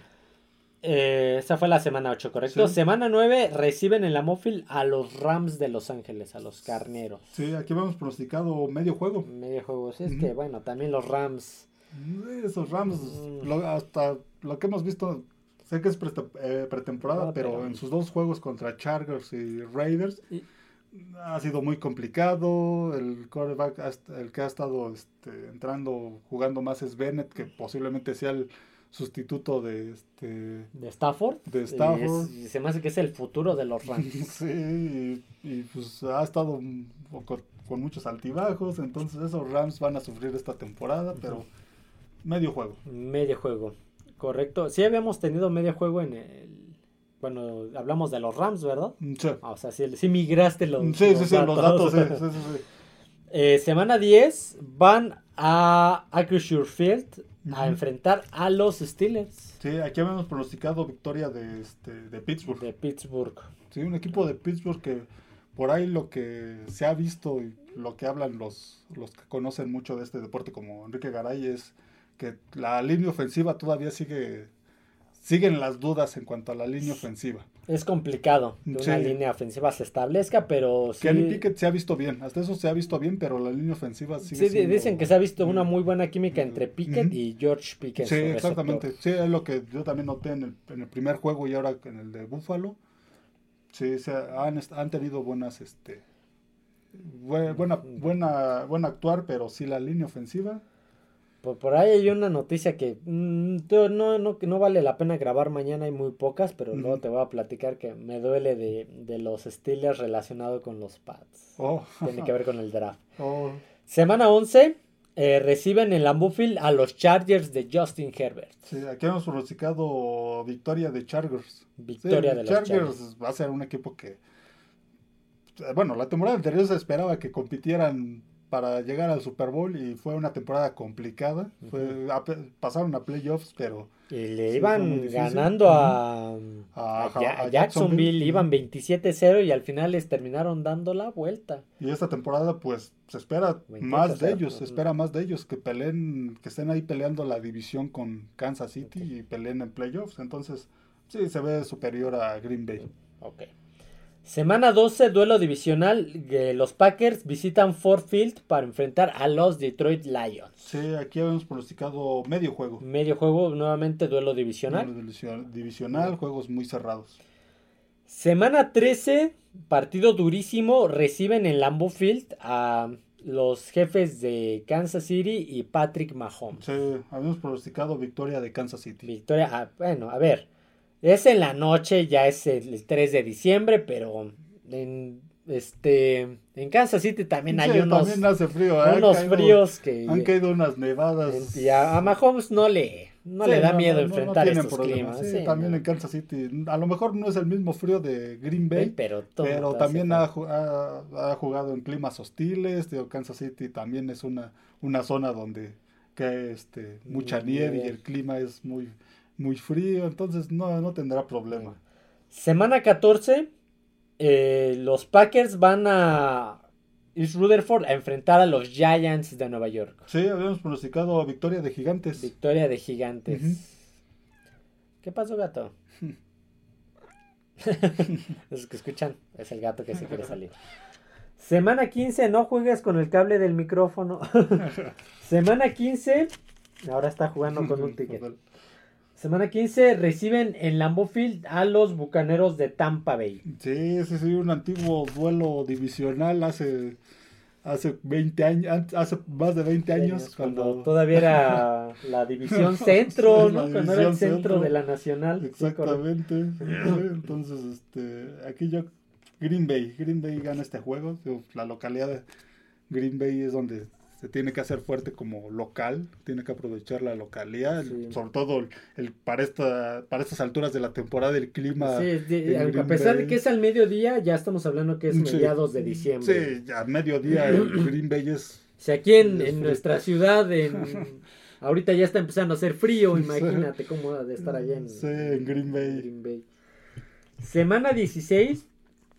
Eh, esa fue la semana ocho, ¿correcto? Sí. Semana nueve reciben en la Mofil a los Rams de Los Ángeles, a los Carneros. Sí, aquí hemos pronosticado medio juego. Medio juego. Sí, es Ujú. que bueno, también los Rams. Esos Rams, Mm. lo- hasta lo que hemos visto, sé que es prete- eh, pretemporada, No, pero, pero- en sus dos juegos contra Chargers y Raiders Y- ha sido muy complicado. El quarterback, ha est- el que ha estado este, entrando, jugando más es Bennett, que posiblemente sea el sustituto de este De Stafford. de Y Stafford. es- y se me hace que es el futuro de los Rams. Sí, y, y, pues ha estado un poco con muchos altibajos, entonces esos Rams van a sufrir esta temporada, pero medio juego. Medio juego. Correcto. Sí habíamos tenido medio juego en el... Bueno, hablamos de los Rams, ¿verdad? Sí, Ah, o sea, sí, sí migraste los, sí, sí, sí, los datos, sí, sí, sí, sí. Eh, semana diez van a Acrisure Field a Ujú. enfrentar a los Steelers Sí, aquí habíamos pronosticado victoria de, este, de Pittsburgh. de Pittsburgh. Sí, un equipo de Pittsburgh que por ahí lo que se ha visto y lo que hablan los, los que conocen mucho de este deporte como Enrique Garay es que la línea ofensiva todavía sigue, siguen las dudas en cuanto a la línea ofensiva. Es complicado que una Sí. línea ofensiva se establezca, pero sí, Kenny Pickett se ha visto bien, hasta eso se ha visto bien, pero la línea ofensiva sigue sí, di- siendo... dicen que se ha visto una muy buena química entre Pickett Ujú. y George Pickett. Sí, su receptor. exactamente. Sí, es lo que yo también noté en el, en el primer juego y ahora en el de Buffalo. Sí, se han, est- han tenido buenas, este, bue- buena, buena, buena actuar, pero sí la línea ofensiva. Por, por ahí hay una noticia que mm, tú- no, no, que no vale la pena grabar mañana, hay muy pocas, pero luego Ujú. te voy a platicar que me duele de, de los Steelers relacionado con los Pats. Oh, Tiene que ver con el draft. oh, Semana once, eh, reciben en Lambeau Field a los Chargers de Justin Herbert. sí, aquí hemos pronosticado victoria de Chargers. Victoria Sí, de los Chargers Chargers. va a ser un equipo que, bueno, la temporada anterior se esperaba que compitieran para llegar al Super Bowl y fue una temporada complicada. Fue, a- pasaron a playoffs, pero Y le Sí, fue muy iban difícil. ganando a, A- a a- Ja- a a Jacksonville, Jacksonville. iban veintisiete cero y al final les terminaron dando la vuelta. y esta temporada pues se espera veintiocho más de cero. ellos, se Ujú. espera más de ellos que peleen, que estén ahí peleando la división con Kansas City Ok. y peleen en playoffs. Entonces sí se ve superior a Green Bay. Ok. Semana doce, duelo divisional. eh, Los Packers visitan Ford Field para enfrentar a los Detroit Lions. Sí, aquí habíamos pronosticado medio juego. Medio juego, nuevamente duelo divisional. Division- Divisional, juegos muy cerrados. Semana trece, partido durísimo. Reciben en Lambeau Field a los jefes de Kansas City y Patrick Mahomes. Sí, habíamos pronosticado victoria de Kansas City. Victoria, ah, bueno, a ver, es en la noche, ya es el, el tres de diciembre, pero en este en Kansas City también hay Sí, unos, también hace frío. ¿eh? unos Han caído- fríos que Han caído unas nevadas. y a, a Mahomes no le no Sí, le da no, miedo no, no, enfrentar no tienen estos problema. climas. Sí, sí, también no. en Kansas City. A lo mejor no es el mismo frío de Green Bay, pero, todo pero te también hace ha, ju- ha- ha jugado en climas hostiles. Digo, Kansas City también es una, una zona donde cae este, mucha nieve y Nieve. el clima es muy, muy frío, entonces no, no tendrá problema. Semana catorce, eh, los Packers van a East Rutherford a enfrentar a los Giants de Nueva York. Sí, habíamos pronosticado victoria de Gigantes. Victoria de Gigantes. Ujú. ¿Qué pasó, gato? Los que escuchan, es el gato que se quiere salir. Semana quince, no juegues con el cable del micrófono. Semana quince, ahora está jugando con un ticket. Semana quince, reciben en Lambeau Field a los Bucaneros de Tampa Bay. Sí, sí, sí, un antiguo duelo divisional hace, hace veinte años, hace más de veinte años, Cuando, cuando todavía era la división centro, Sí, ¿no? la Cuando era el división centro centro. de la nacional. Sí, correcto. Exactamente. Sí, entonces, este, aquí yo, Green Bay, Green Bay gana este juego. Digo, la localidad de Green Bay es donde se tiene que hacer fuerte como local, tiene que aprovechar la localidad, Sí. sobre todo el, el- para esta, para estas alturas de la temporada el clima. Sí, de- en a Green pesar de Bay. que es al mediodía, ya estamos hablando que es Sí. mediados de diciembre. Sí, a mediodía el Green Bay es O sea, aquí en, Sí, es en frío. nuestra ciudad, en, ahorita ya está empezando a hacer frío, imagínate cómo ha de estar allá en, Sí, en Green Bay. Green Bay. Semana dieciséis,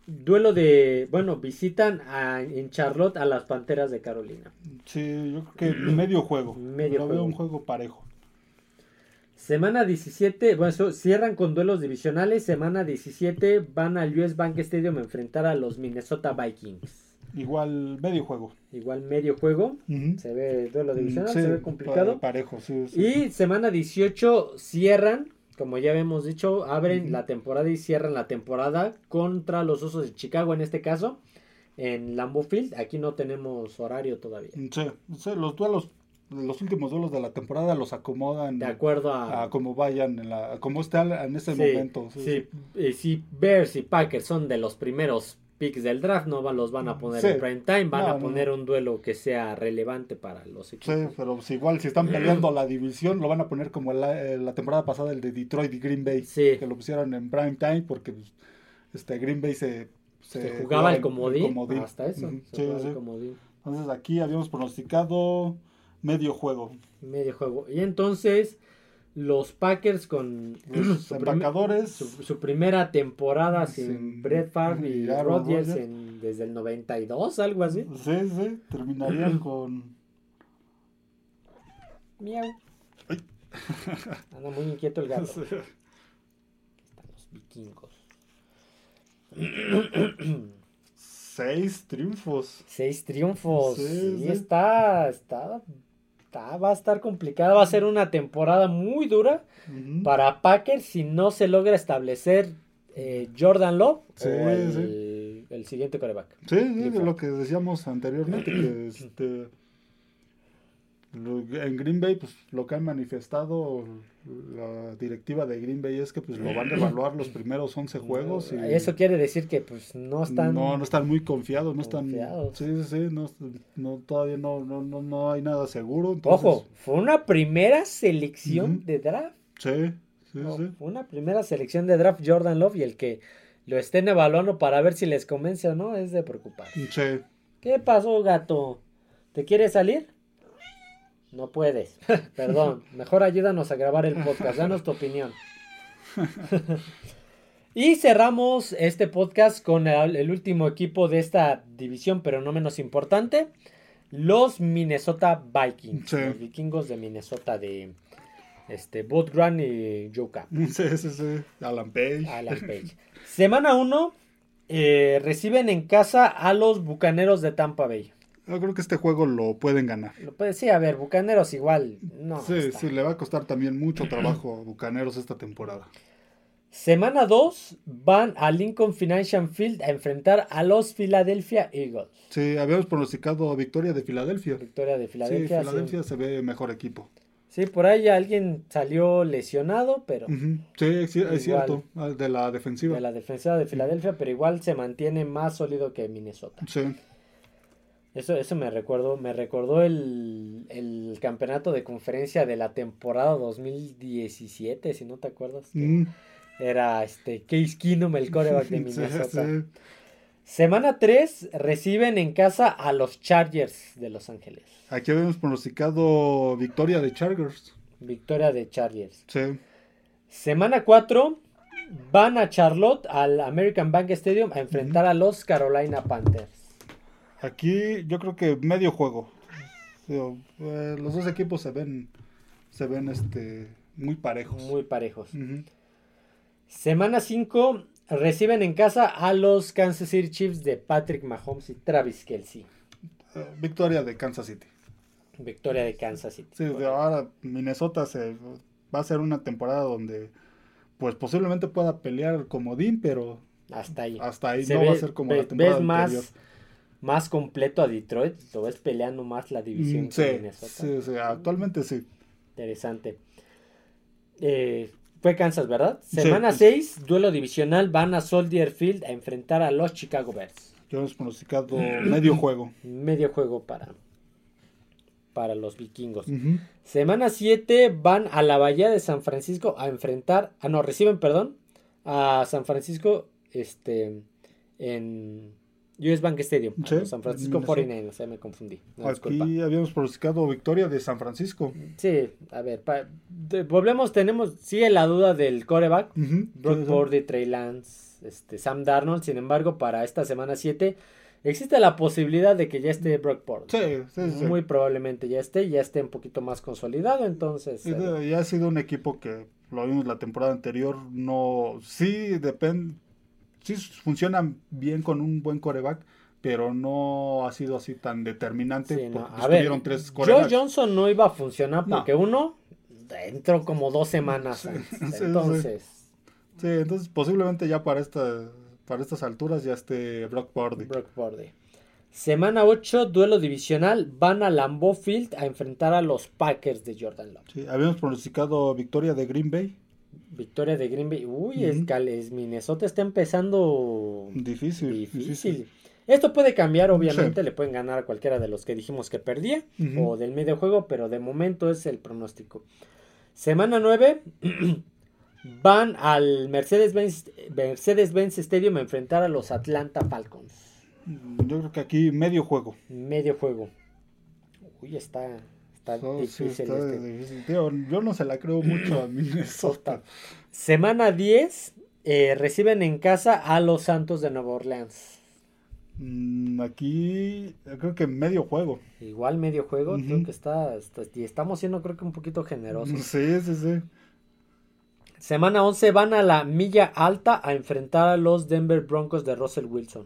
duelo de, bueno, visitan a, en Charlotte a las Panteras de Carolina. Sí, yo creo que medio juego. Medio Lo juego. veo un juego parejo. Semana diecisiete, bueno, eso, cierran con duelos divisionales. Semana diecisiete van al U S Bank Stadium a enfrentar a los Minnesota Vikings. Igual medio juego. Igual medio juego. Uh-huh. Se ve duelo divisional, Sí, se ve complicado. Parejo, sí, sí. Y semana dieciocho cierran, como ya habíamos dicho, abren uh-huh. la temporada y cierran la temporada contra los Osos de Chicago en este caso, en Lambeau Field. Aquí no tenemos horario todavía. Sí, sí, los duelos, los últimos duelos de la temporada los acomodan de acuerdo a, a cómo vayan, en la, a cómo están en ese sí, momento. Sí, sí. Sí, si Bears y Packers son de los primeros picks del draft, no los van a poner sí. en prime time, van no, a poner no. un duelo que sea relevante para los equipos. Sí, pero pues igual si están peleando la división, lo van a poner como la, la temporada pasada el de Detroit y Green Bay, sí. que lo pusieron en prime time porque pues, este Green Bay se, se, se jugaba, jugaba el, comodín, el comodín, hasta eso. Uh-huh. Sí, sí. El comodín. Entonces aquí habíamos pronosticado medio juego. Medio juego. Y entonces los Packers con los su, empacadores, prim su, su primera temporada sin, sin Brett Favre y, y Rodgers Rodgers. desde el noventa y dos, algo así. Sí, sí, terminarían con miau. Ay. Anda muy inquieto el gato. Sí. Están los vikingos. Seis triunfos. Seis triunfos. Sí, sí, sí. Está, está, está, va a estar complicada. Va a ser una temporada muy dura uh-huh. para Packers si no se logra establecer eh, Jordan Love sí, o el, sí. el siguiente quarterback. Sí, sí de lo que decíamos anteriormente, que este, lo, en Green Bay, pues lo que han manifestado la directiva de Green Bay es que pues lo van a evaluar los primeros once juegos. Y eso quiere decir que pues no están... No, no están muy confiados, no confiados. están... Sí, sí, sí, no, no, todavía no, no, no, no hay nada seguro. Entonces... Ojo, fue una primera selección uh-huh. de draft. Sí, sí, no, sí. Fue una primera selección de draft Jordan Love y el que lo estén evaluando para ver si les convence o no es de preocupar. Sí. ¿Qué pasó, gato? ¿Te quieres salir? No puedes. Perdón. Mejor ayúdanos a grabar el podcast. Danos tu opinión. Y cerramos este podcast con el, el último equipo de esta división, pero no menos importante. Los Minnesota Vikings. Sí. Los vikingos de Minnesota de este, Bud Grant y Joe Camp. Sí, sí, sí. Alan Page. Alan Page. Semana uno. Eh, reciben en casa a los Bucaneros de Tampa Bay. Yo creo que este juego lo pueden ganar. Lo puede, sí, a ver, Bucaneros igual. No, sí, está. sí, le va a costar también mucho trabajo a Bucaneros esta temporada. Semana dos van a Lincoln Financial Field a enfrentar a los Philadelphia Eagles. Sí, habíamos pronosticado victoria de Filadelfia. Victoria de Filadelfia. Sí, Filadelfia sí. se ve mejor equipo. Sí, por ahí alguien salió lesionado, pero... Uh-huh. Sí, sí es cierto, de la defensiva. De la defensiva de Filadelfia, uh-huh. pero igual se mantiene más sólido que Minnesota. Sí. Eso, eso me recordó, me recordó el, el campeonato de conferencia de la temporada dos mil diecisiete, si no te acuerdas. Mm. Era este Case Keenum, el quarterback de Minnesota. Sí, sí. Semana tres reciben en casa a los Chargers de Los Ángeles. Aquí habíamos pronosticado victoria de Chargers. Victoria de Chargers. Sí. Semana cuatro van a Charlotte al American Bank Stadium a enfrentar mm. a los Carolina Panthers. Aquí yo creo que medio juego. Eh, los dos equipos se ven se ven este muy parejos. Muy parejos. Uh-huh. Semana cinco reciben en casa a los Kansas City Chiefs de Patrick Mahomes y Travis Kelce. Uh, victoria de Kansas City. Victoria de Kansas City. Sí, de ahora Minnesota se va a ser una temporada donde pues posiblemente pueda pelear el comodín, pero hasta ahí. Hasta ahí se no ve, va a ser como ve, la temporada ves anterior. Más, más completo a Detroit, lo ves peleando más la división mm, sí, que Minnesota. Sí, sí, actualmente sí. Interesante. Eh, fue Kansas, ¿verdad? Semana seis, sí. Duelo divisional, van a Soldier Field a enfrentar a los Chicago Bears. Yo hemos pronosticado medio juego. Medio juego para, para los vikingos. Uh-huh. Semana siete van a la Bahía de San Francisco a enfrentar, ah no, reciben, perdón, a San Francisco este en U S Bank Stadium. Sí, San Francisco cuarenta y nueve, o sea, me confundí. No, Aquí disculpa. habíamos pronosticado victoria de San Francisco. Sí, a ver, pa, de, volvemos, tenemos, sigue la duda del quarterback, Uh-huh. Brock Sí, sí. Purdy, Trey Lance, este, Sam Darnold. Sin embargo, para esta semana siete existe la posibilidad de que ya esté Brock Purdy. Sí, sí, sí. Muy probablemente ya esté, ya esté un poquito más consolidado, entonces... Y de- ya ha sido un equipo que lo vimos la temporada anterior, no, sí depende, sí funcionan bien con un buen coreback, pero no ha sido así tan determinante Sí, no. porque A ver, tuvieron tres Joe corebacks. Johnson no iba a funcionar No. porque uno entró como dos semanas Sí, antes. sí, sí. Entonces, Sí, entonces posiblemente ya para esta, para estas alturas ya esté Brock Purdy. Brock Purdy. Semana ocho, duelo divisional. Van a Lambeau Field a enfrentar a los Packers de Jordan Love. Sí, habíamos pronosticado victoria de Green Bay. Victoria de Green Bay. Uy, Ujú. es, Cal- es Minnesota está empezando Difícil, difícil. difícil. Esto puede cambiar, obviamente. Sí. Le pueden ganar a cualquiera de los que dijimos que perdía Ujú. o del medio juego, pero de momento es el pronóstico. Semana nueve. Van al Mercedes-Benz Mercedes-Benz Stadium a enfrentar a los Atlanta Falcons. Yo creo que aquí medio juego. Medio juego. Uy, está, está So, sí, difícil está este. difícil. Tío, yo no se la creo mucho a Minnesota. Semana diez, eh, reciben en casa a los Santos de Nueva Orleans. Mm, aquí yo creo que medio juego. Igual medio juego, Ujú. creo que está, está- y estamos siendo creo que un poquito generosos. Sí, sí, sí. Semana once van a la milla alta a enfrentar a los Denver Broncos de Russell Wilson.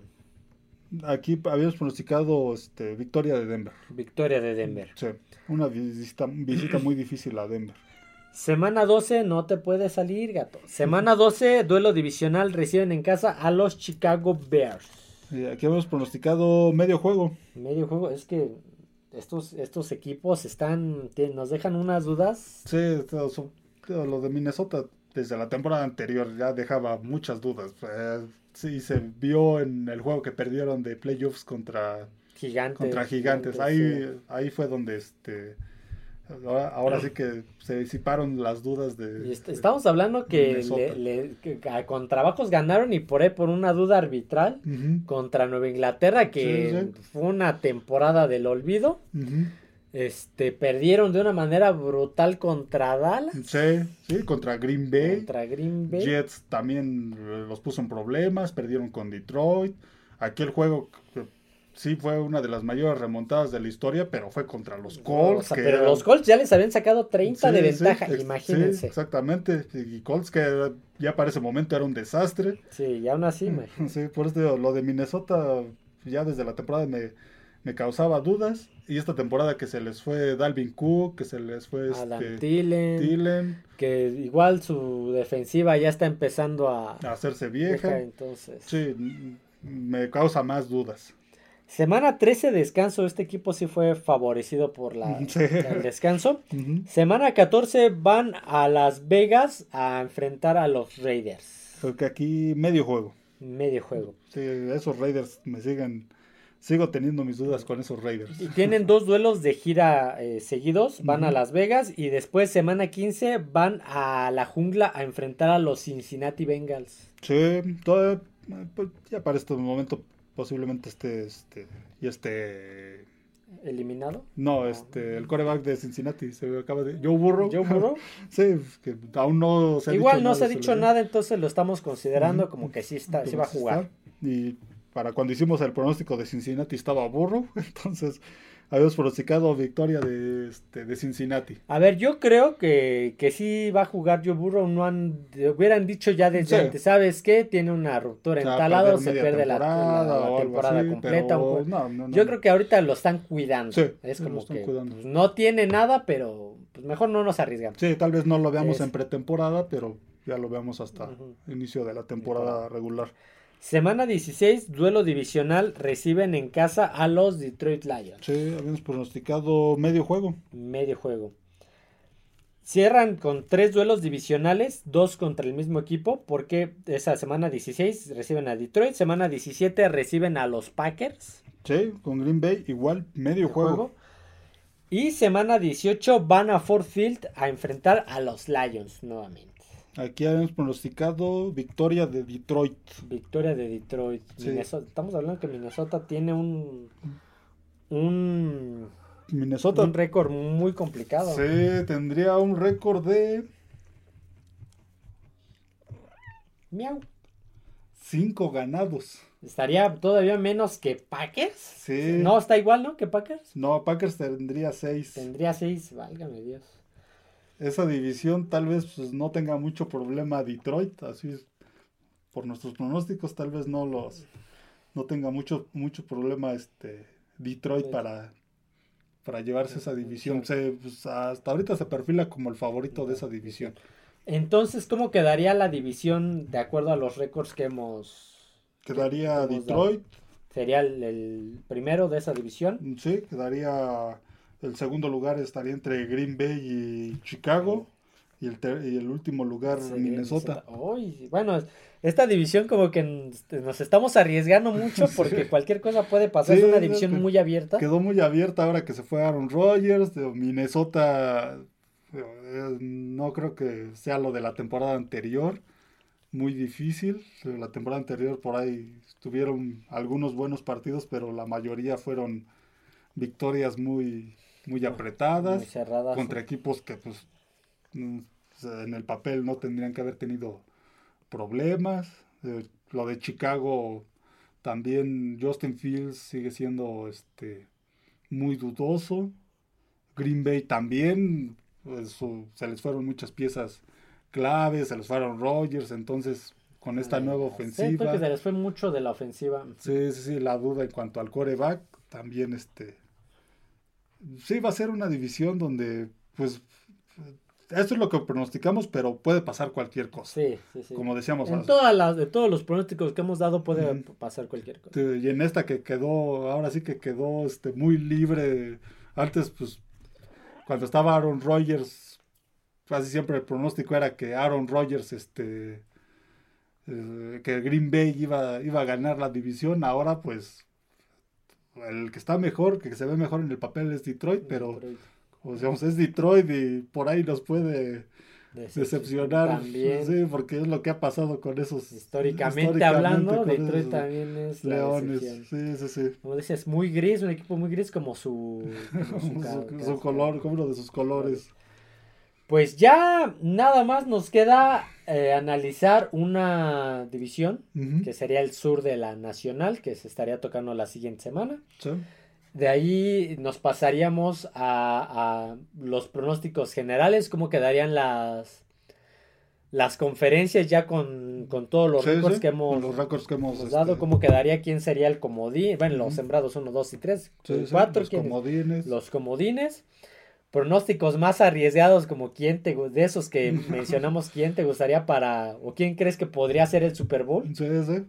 Aquí habíamos pronosticado este, victoria de Denver. Victoria de Denver. Sí, una visita, visita muy difícil a Denver. Semana doce, no te puede salir, gato. Semana doce, duelo divisional, reciben en casa a los Chicago Bears. Y aquí habíamos pronosticado medio juego. Medio juego, es que estos, estos equipos están, te- nos dejan unas dudas. Sí, todo su- todo lo de Minnesota desde la temporada anterior ya dejaba muchas dudas. Eh, sí, se vio en el juego que perdieron de playoffs contra, Gigantes. contra Gigantes. gigantes, Ahí, sí. ahí fue donde este ahora, ahora sí que se disiparon las dudas de, Y est- estamos hablando que, Minnesota. le- le- que a- con trabajos ganaron y por ahí por una duda arbitral Ujú, contra Nueva Inglaterra, que Sí, sí. fue una temporada del olvido. ujú. Este, perdieron de una manera brutal contra Dallas, Sí, sí, contra Green Bay. contra Green Bay. Jets también eh, los puso en problemas, perdieron con Detroit. Aquí el juego que sí fue una de las mayores remontadas de la historia, pero fue contra los Colts. O sea, que pero eran- los Colts ya les habían sacado treinta Sí, de sí, ventaja, ex- imagínense. sí, exactamente. Y Colts que era- ya para ese momento era un desastre. Sí, y aún así, imagínense. Sí, por eso digo, lo de Minnesota ya desde la temporada me, me causaba dudas. Y esta temporada que se les fue Dalvin Cook, que se les fue Adam este, Thielen, Thielen, que igual su defensiva ya está empezando a a hacerse vieja, vieja. entonces. Sí, m- me causa más dudas. Semana trece descanso, este equipo sí fue favorecido por la, Sí. el descanso. Ujú. Semana catorce van a Las Vegas a enfrentar a los Raiders. Porque aquí medio juego. Medio juego. Sí, esos Raiders me siguen. Sigo teniendo mis dudas con esos Raiders. Y tienen dos duelos de gira eh, seguidos. Van a Ujú. Las Vegas y después semana quince van a la jungla a enfrentar a los Cincinnati Bengals. Sí, todavía, eh, pues, ya para este momento posiblemente este, este, y este, ¿Eliminado? no, este, el quarterback de Cincinnati se acaba de, Joe Burrow. Joe Burrow. Sí, que aún no se ha Igual dicho no nada se ha de su dicho lesión. nada, entonces lo estamos considerando Ujú. como que sí, está, sí Pero va a sí jugar. está. Y para cuando hicimos el pronóstico de Cincinnati estaba Burrow, entonces habíamos pronosticado victoria de, este, de Cincinnati. A ver, yo creo que, que sí va a jugar Joe Burrow. No han, hubieran dicho ya desde Sí. antes, ¿sabes qué? Tiene una ruptura Se va en a tal lado, perder se media pierde la, la- temporada la o algo temporada así, completa. pero un jue- no, no, no. Yo creo que ahorita lo están cuidando. Sí, es sí, lo como están que cuidando. pues, no tiene nada, pero pues mejor no nos arriesgamos. Sí, tal vez no lo veamos Es- en pretemporada, pero ya lo veamos hasta Ujú. inicio de la temporada regular. Semana dieciséis, duelo divisional, reciben en casa a los Detroit Lions. Sí, habíamos pronosticado medio juego. Medio juego. Cierran con tres duelos divisionales, dos contra el mismo equipo, porque esa semana dieciséis reciben a Detroit, semana diecisiete reciben a los Packers. Sí, con Green Bay igual medio de juego. Y semana dieciocho van a Ford Field a enfrentar a los Lions nuevamente. Aquí habíamos pronosticado victoria de Detroit. Victoria de Detroit. Sí. Minnesota. Estamos hablando que Minnesota tiene un un, Minnesota. un récord muy complicado. Sí, tendría un récord de Miau. cinco ganados. Estaría todavía menos que Packers. Sí. No, está igual, ¿no? Que Packers. No, Packers tendría seis. Tendría seis, válgame Dios. Esa división tal vez pues, no tenga mucho problema Detroit, así es, por nuestros pronósticos tal vez no los no tenga mucho mucho problema este Detroit Sí. para para llevarse esa división. Se, pues, hasta ahorita se perfila como el favorito de esa división. Entonces, ¿cómo quedaría la división de acuerdo a los récords que hemos Quedaría que hemos Detroit, dado? Sería el, el primero de esa división. sí, quedaría el segundo lugar estaría entre Green Bay y Chicago y el ter- y el último lugar Sí, Minnesota. Uy, bueno, esta división como que nos estamos arriesgando mucho porque Sí. cualquier cosa puede pasar. Sí, Es una es división que muy abierta. Quedó muy abierta ahora que se fue Aaron Rodgers. De Minnesota, eh, no creo que sea lo de la temporada anterior. Muy difícil. La temporada anterior por ahí tuvieron algunos buenos partidos, pero la mayoría fueron victorias muy, muy apretadas Muy cerradas. contra equipos que pues mm, en el papel no tendrían que haber tenido problemas. Eh, lo de Chicago también, Justin Fields sigue siendo este muy dudoso. Green Bay también, pues, su- se les fueron muchas piezas claves, se les fueron Rodgers, entonces con esta nueva Sí, creo ofensiva, que se les fue mucho de la ofensiva. sí, sí, sí, la duda en cuanto al quarterback, también este, sí va a ser una división donde, pues, esto es lo que pronosticamos, pero puede pasar cualquier cosa. Sí, sí, sí. Como decíamos, En hace- todas las, de todos los pronósticos que hemos dado puede Ujú. pasar cualquier cosa. Este, y en esta que quedó, ahora sí que quedó este, muy libre. Antes, pues, cuando estaba Aaron Rodgers, casi siempre el pronóstico era que Aaron Rodgers, este, eh, que Green Bay iba, iba a ganar la división. Ahora, pues, el que está mejor, que se ve mejor en el papel es Detroit, pero, Detroit. como decíamos, es Detroit y por ahí nos puede decepcionar. También, Sí, porque es lo que ha pasado con esos. históricamente, hablando, con Detroit esos también es la Leones. decepción. Sí, sí, sí. Como dices, muy gris, un equipo muy gris como su, como su, Su, ca- su ca- color, como uno de sus colores. Pues ya nada más nos queda eh, analizar una división Ujú. que sería el sur de la Nacional, que se estaría tocando la siguiente semana. Sí. De ahí nos pasaríamos a, a los pronósticos generales, cómo quedarían las, las conferencias ya con, con todos los Sí, récords sí, que hemos, con los récords que hemos, hemos dado, este, cómo quedaría, quién sería el comodín, bueno, los Ujú. sembrados uno, dos y tres, sí, sí, cuatro, los quién- comodines. los comodines, pronósticos más arriesgados como quién te, gu- de esos que mencionamos, quién te gustaría para, o quién crees que podría ser el Super Bowl. Sí, sí.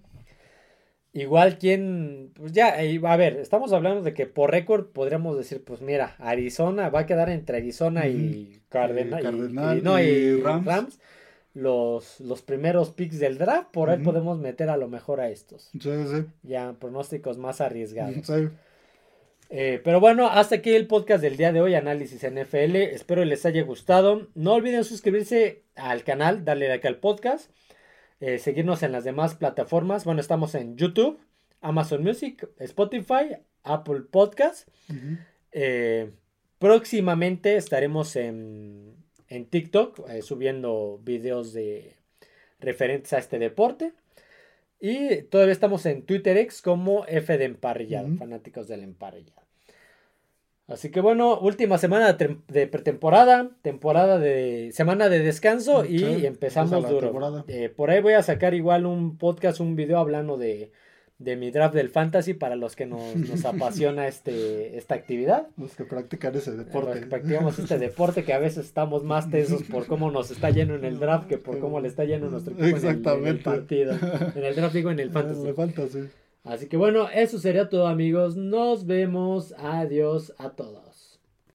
Igual quién, pues ya, eh, a ver, estamos hablando de que por récord podríamos decir, pues mira, Arizona va a quedar entre Arizona y Cardena- Eh, y- Cardenal y, no, y y Rams. Rams, los, los primeros picks del draft, por ahí Ujú. podemos meter a lo mejor a estos, Sí, sí. ya pronósticos más arriesgados. Sí. Eh, pero bueno, hasta aquí el podcast del día de hoy, Análisis N F L. Espero les haya gustado. No olviden suscribirse al canal, darle like al podcast, eh, seguirnos en las demás plataformas. Bueno, estamos en YouTube, Amazon Music, Spotify, Apple Podcast. Ujú. Eh, próximamente estaremos en, en TikTok eh, subiendo videos de referentes a este deporte. Y todavía estamos en Twitter X como F de Emparrillado, Ujú. fanáticos del emparrillado. Así que bueno, última semana de, tem- de pretemporada, temporada de semana de descanso y Sí, empezamos empieza la duro. temporada. Eh, por ahí voy a sacar igual un podcast, un video hablando de, de mi draft del fantasy para los que nos, nos apasiona este, esta actividad. Los que practican ese Los deporte. que practicamos este deporte que a veces estamos más tensos por cómo nos está yendo en el draft que por cómo le está yendo nuestro equipo en el- en el, Exactamente. partido. En el draft digo en el fantasy. Le falta, sí. Así que bueno, eso sería todo amigos. Nos vemos. Adiós a todos.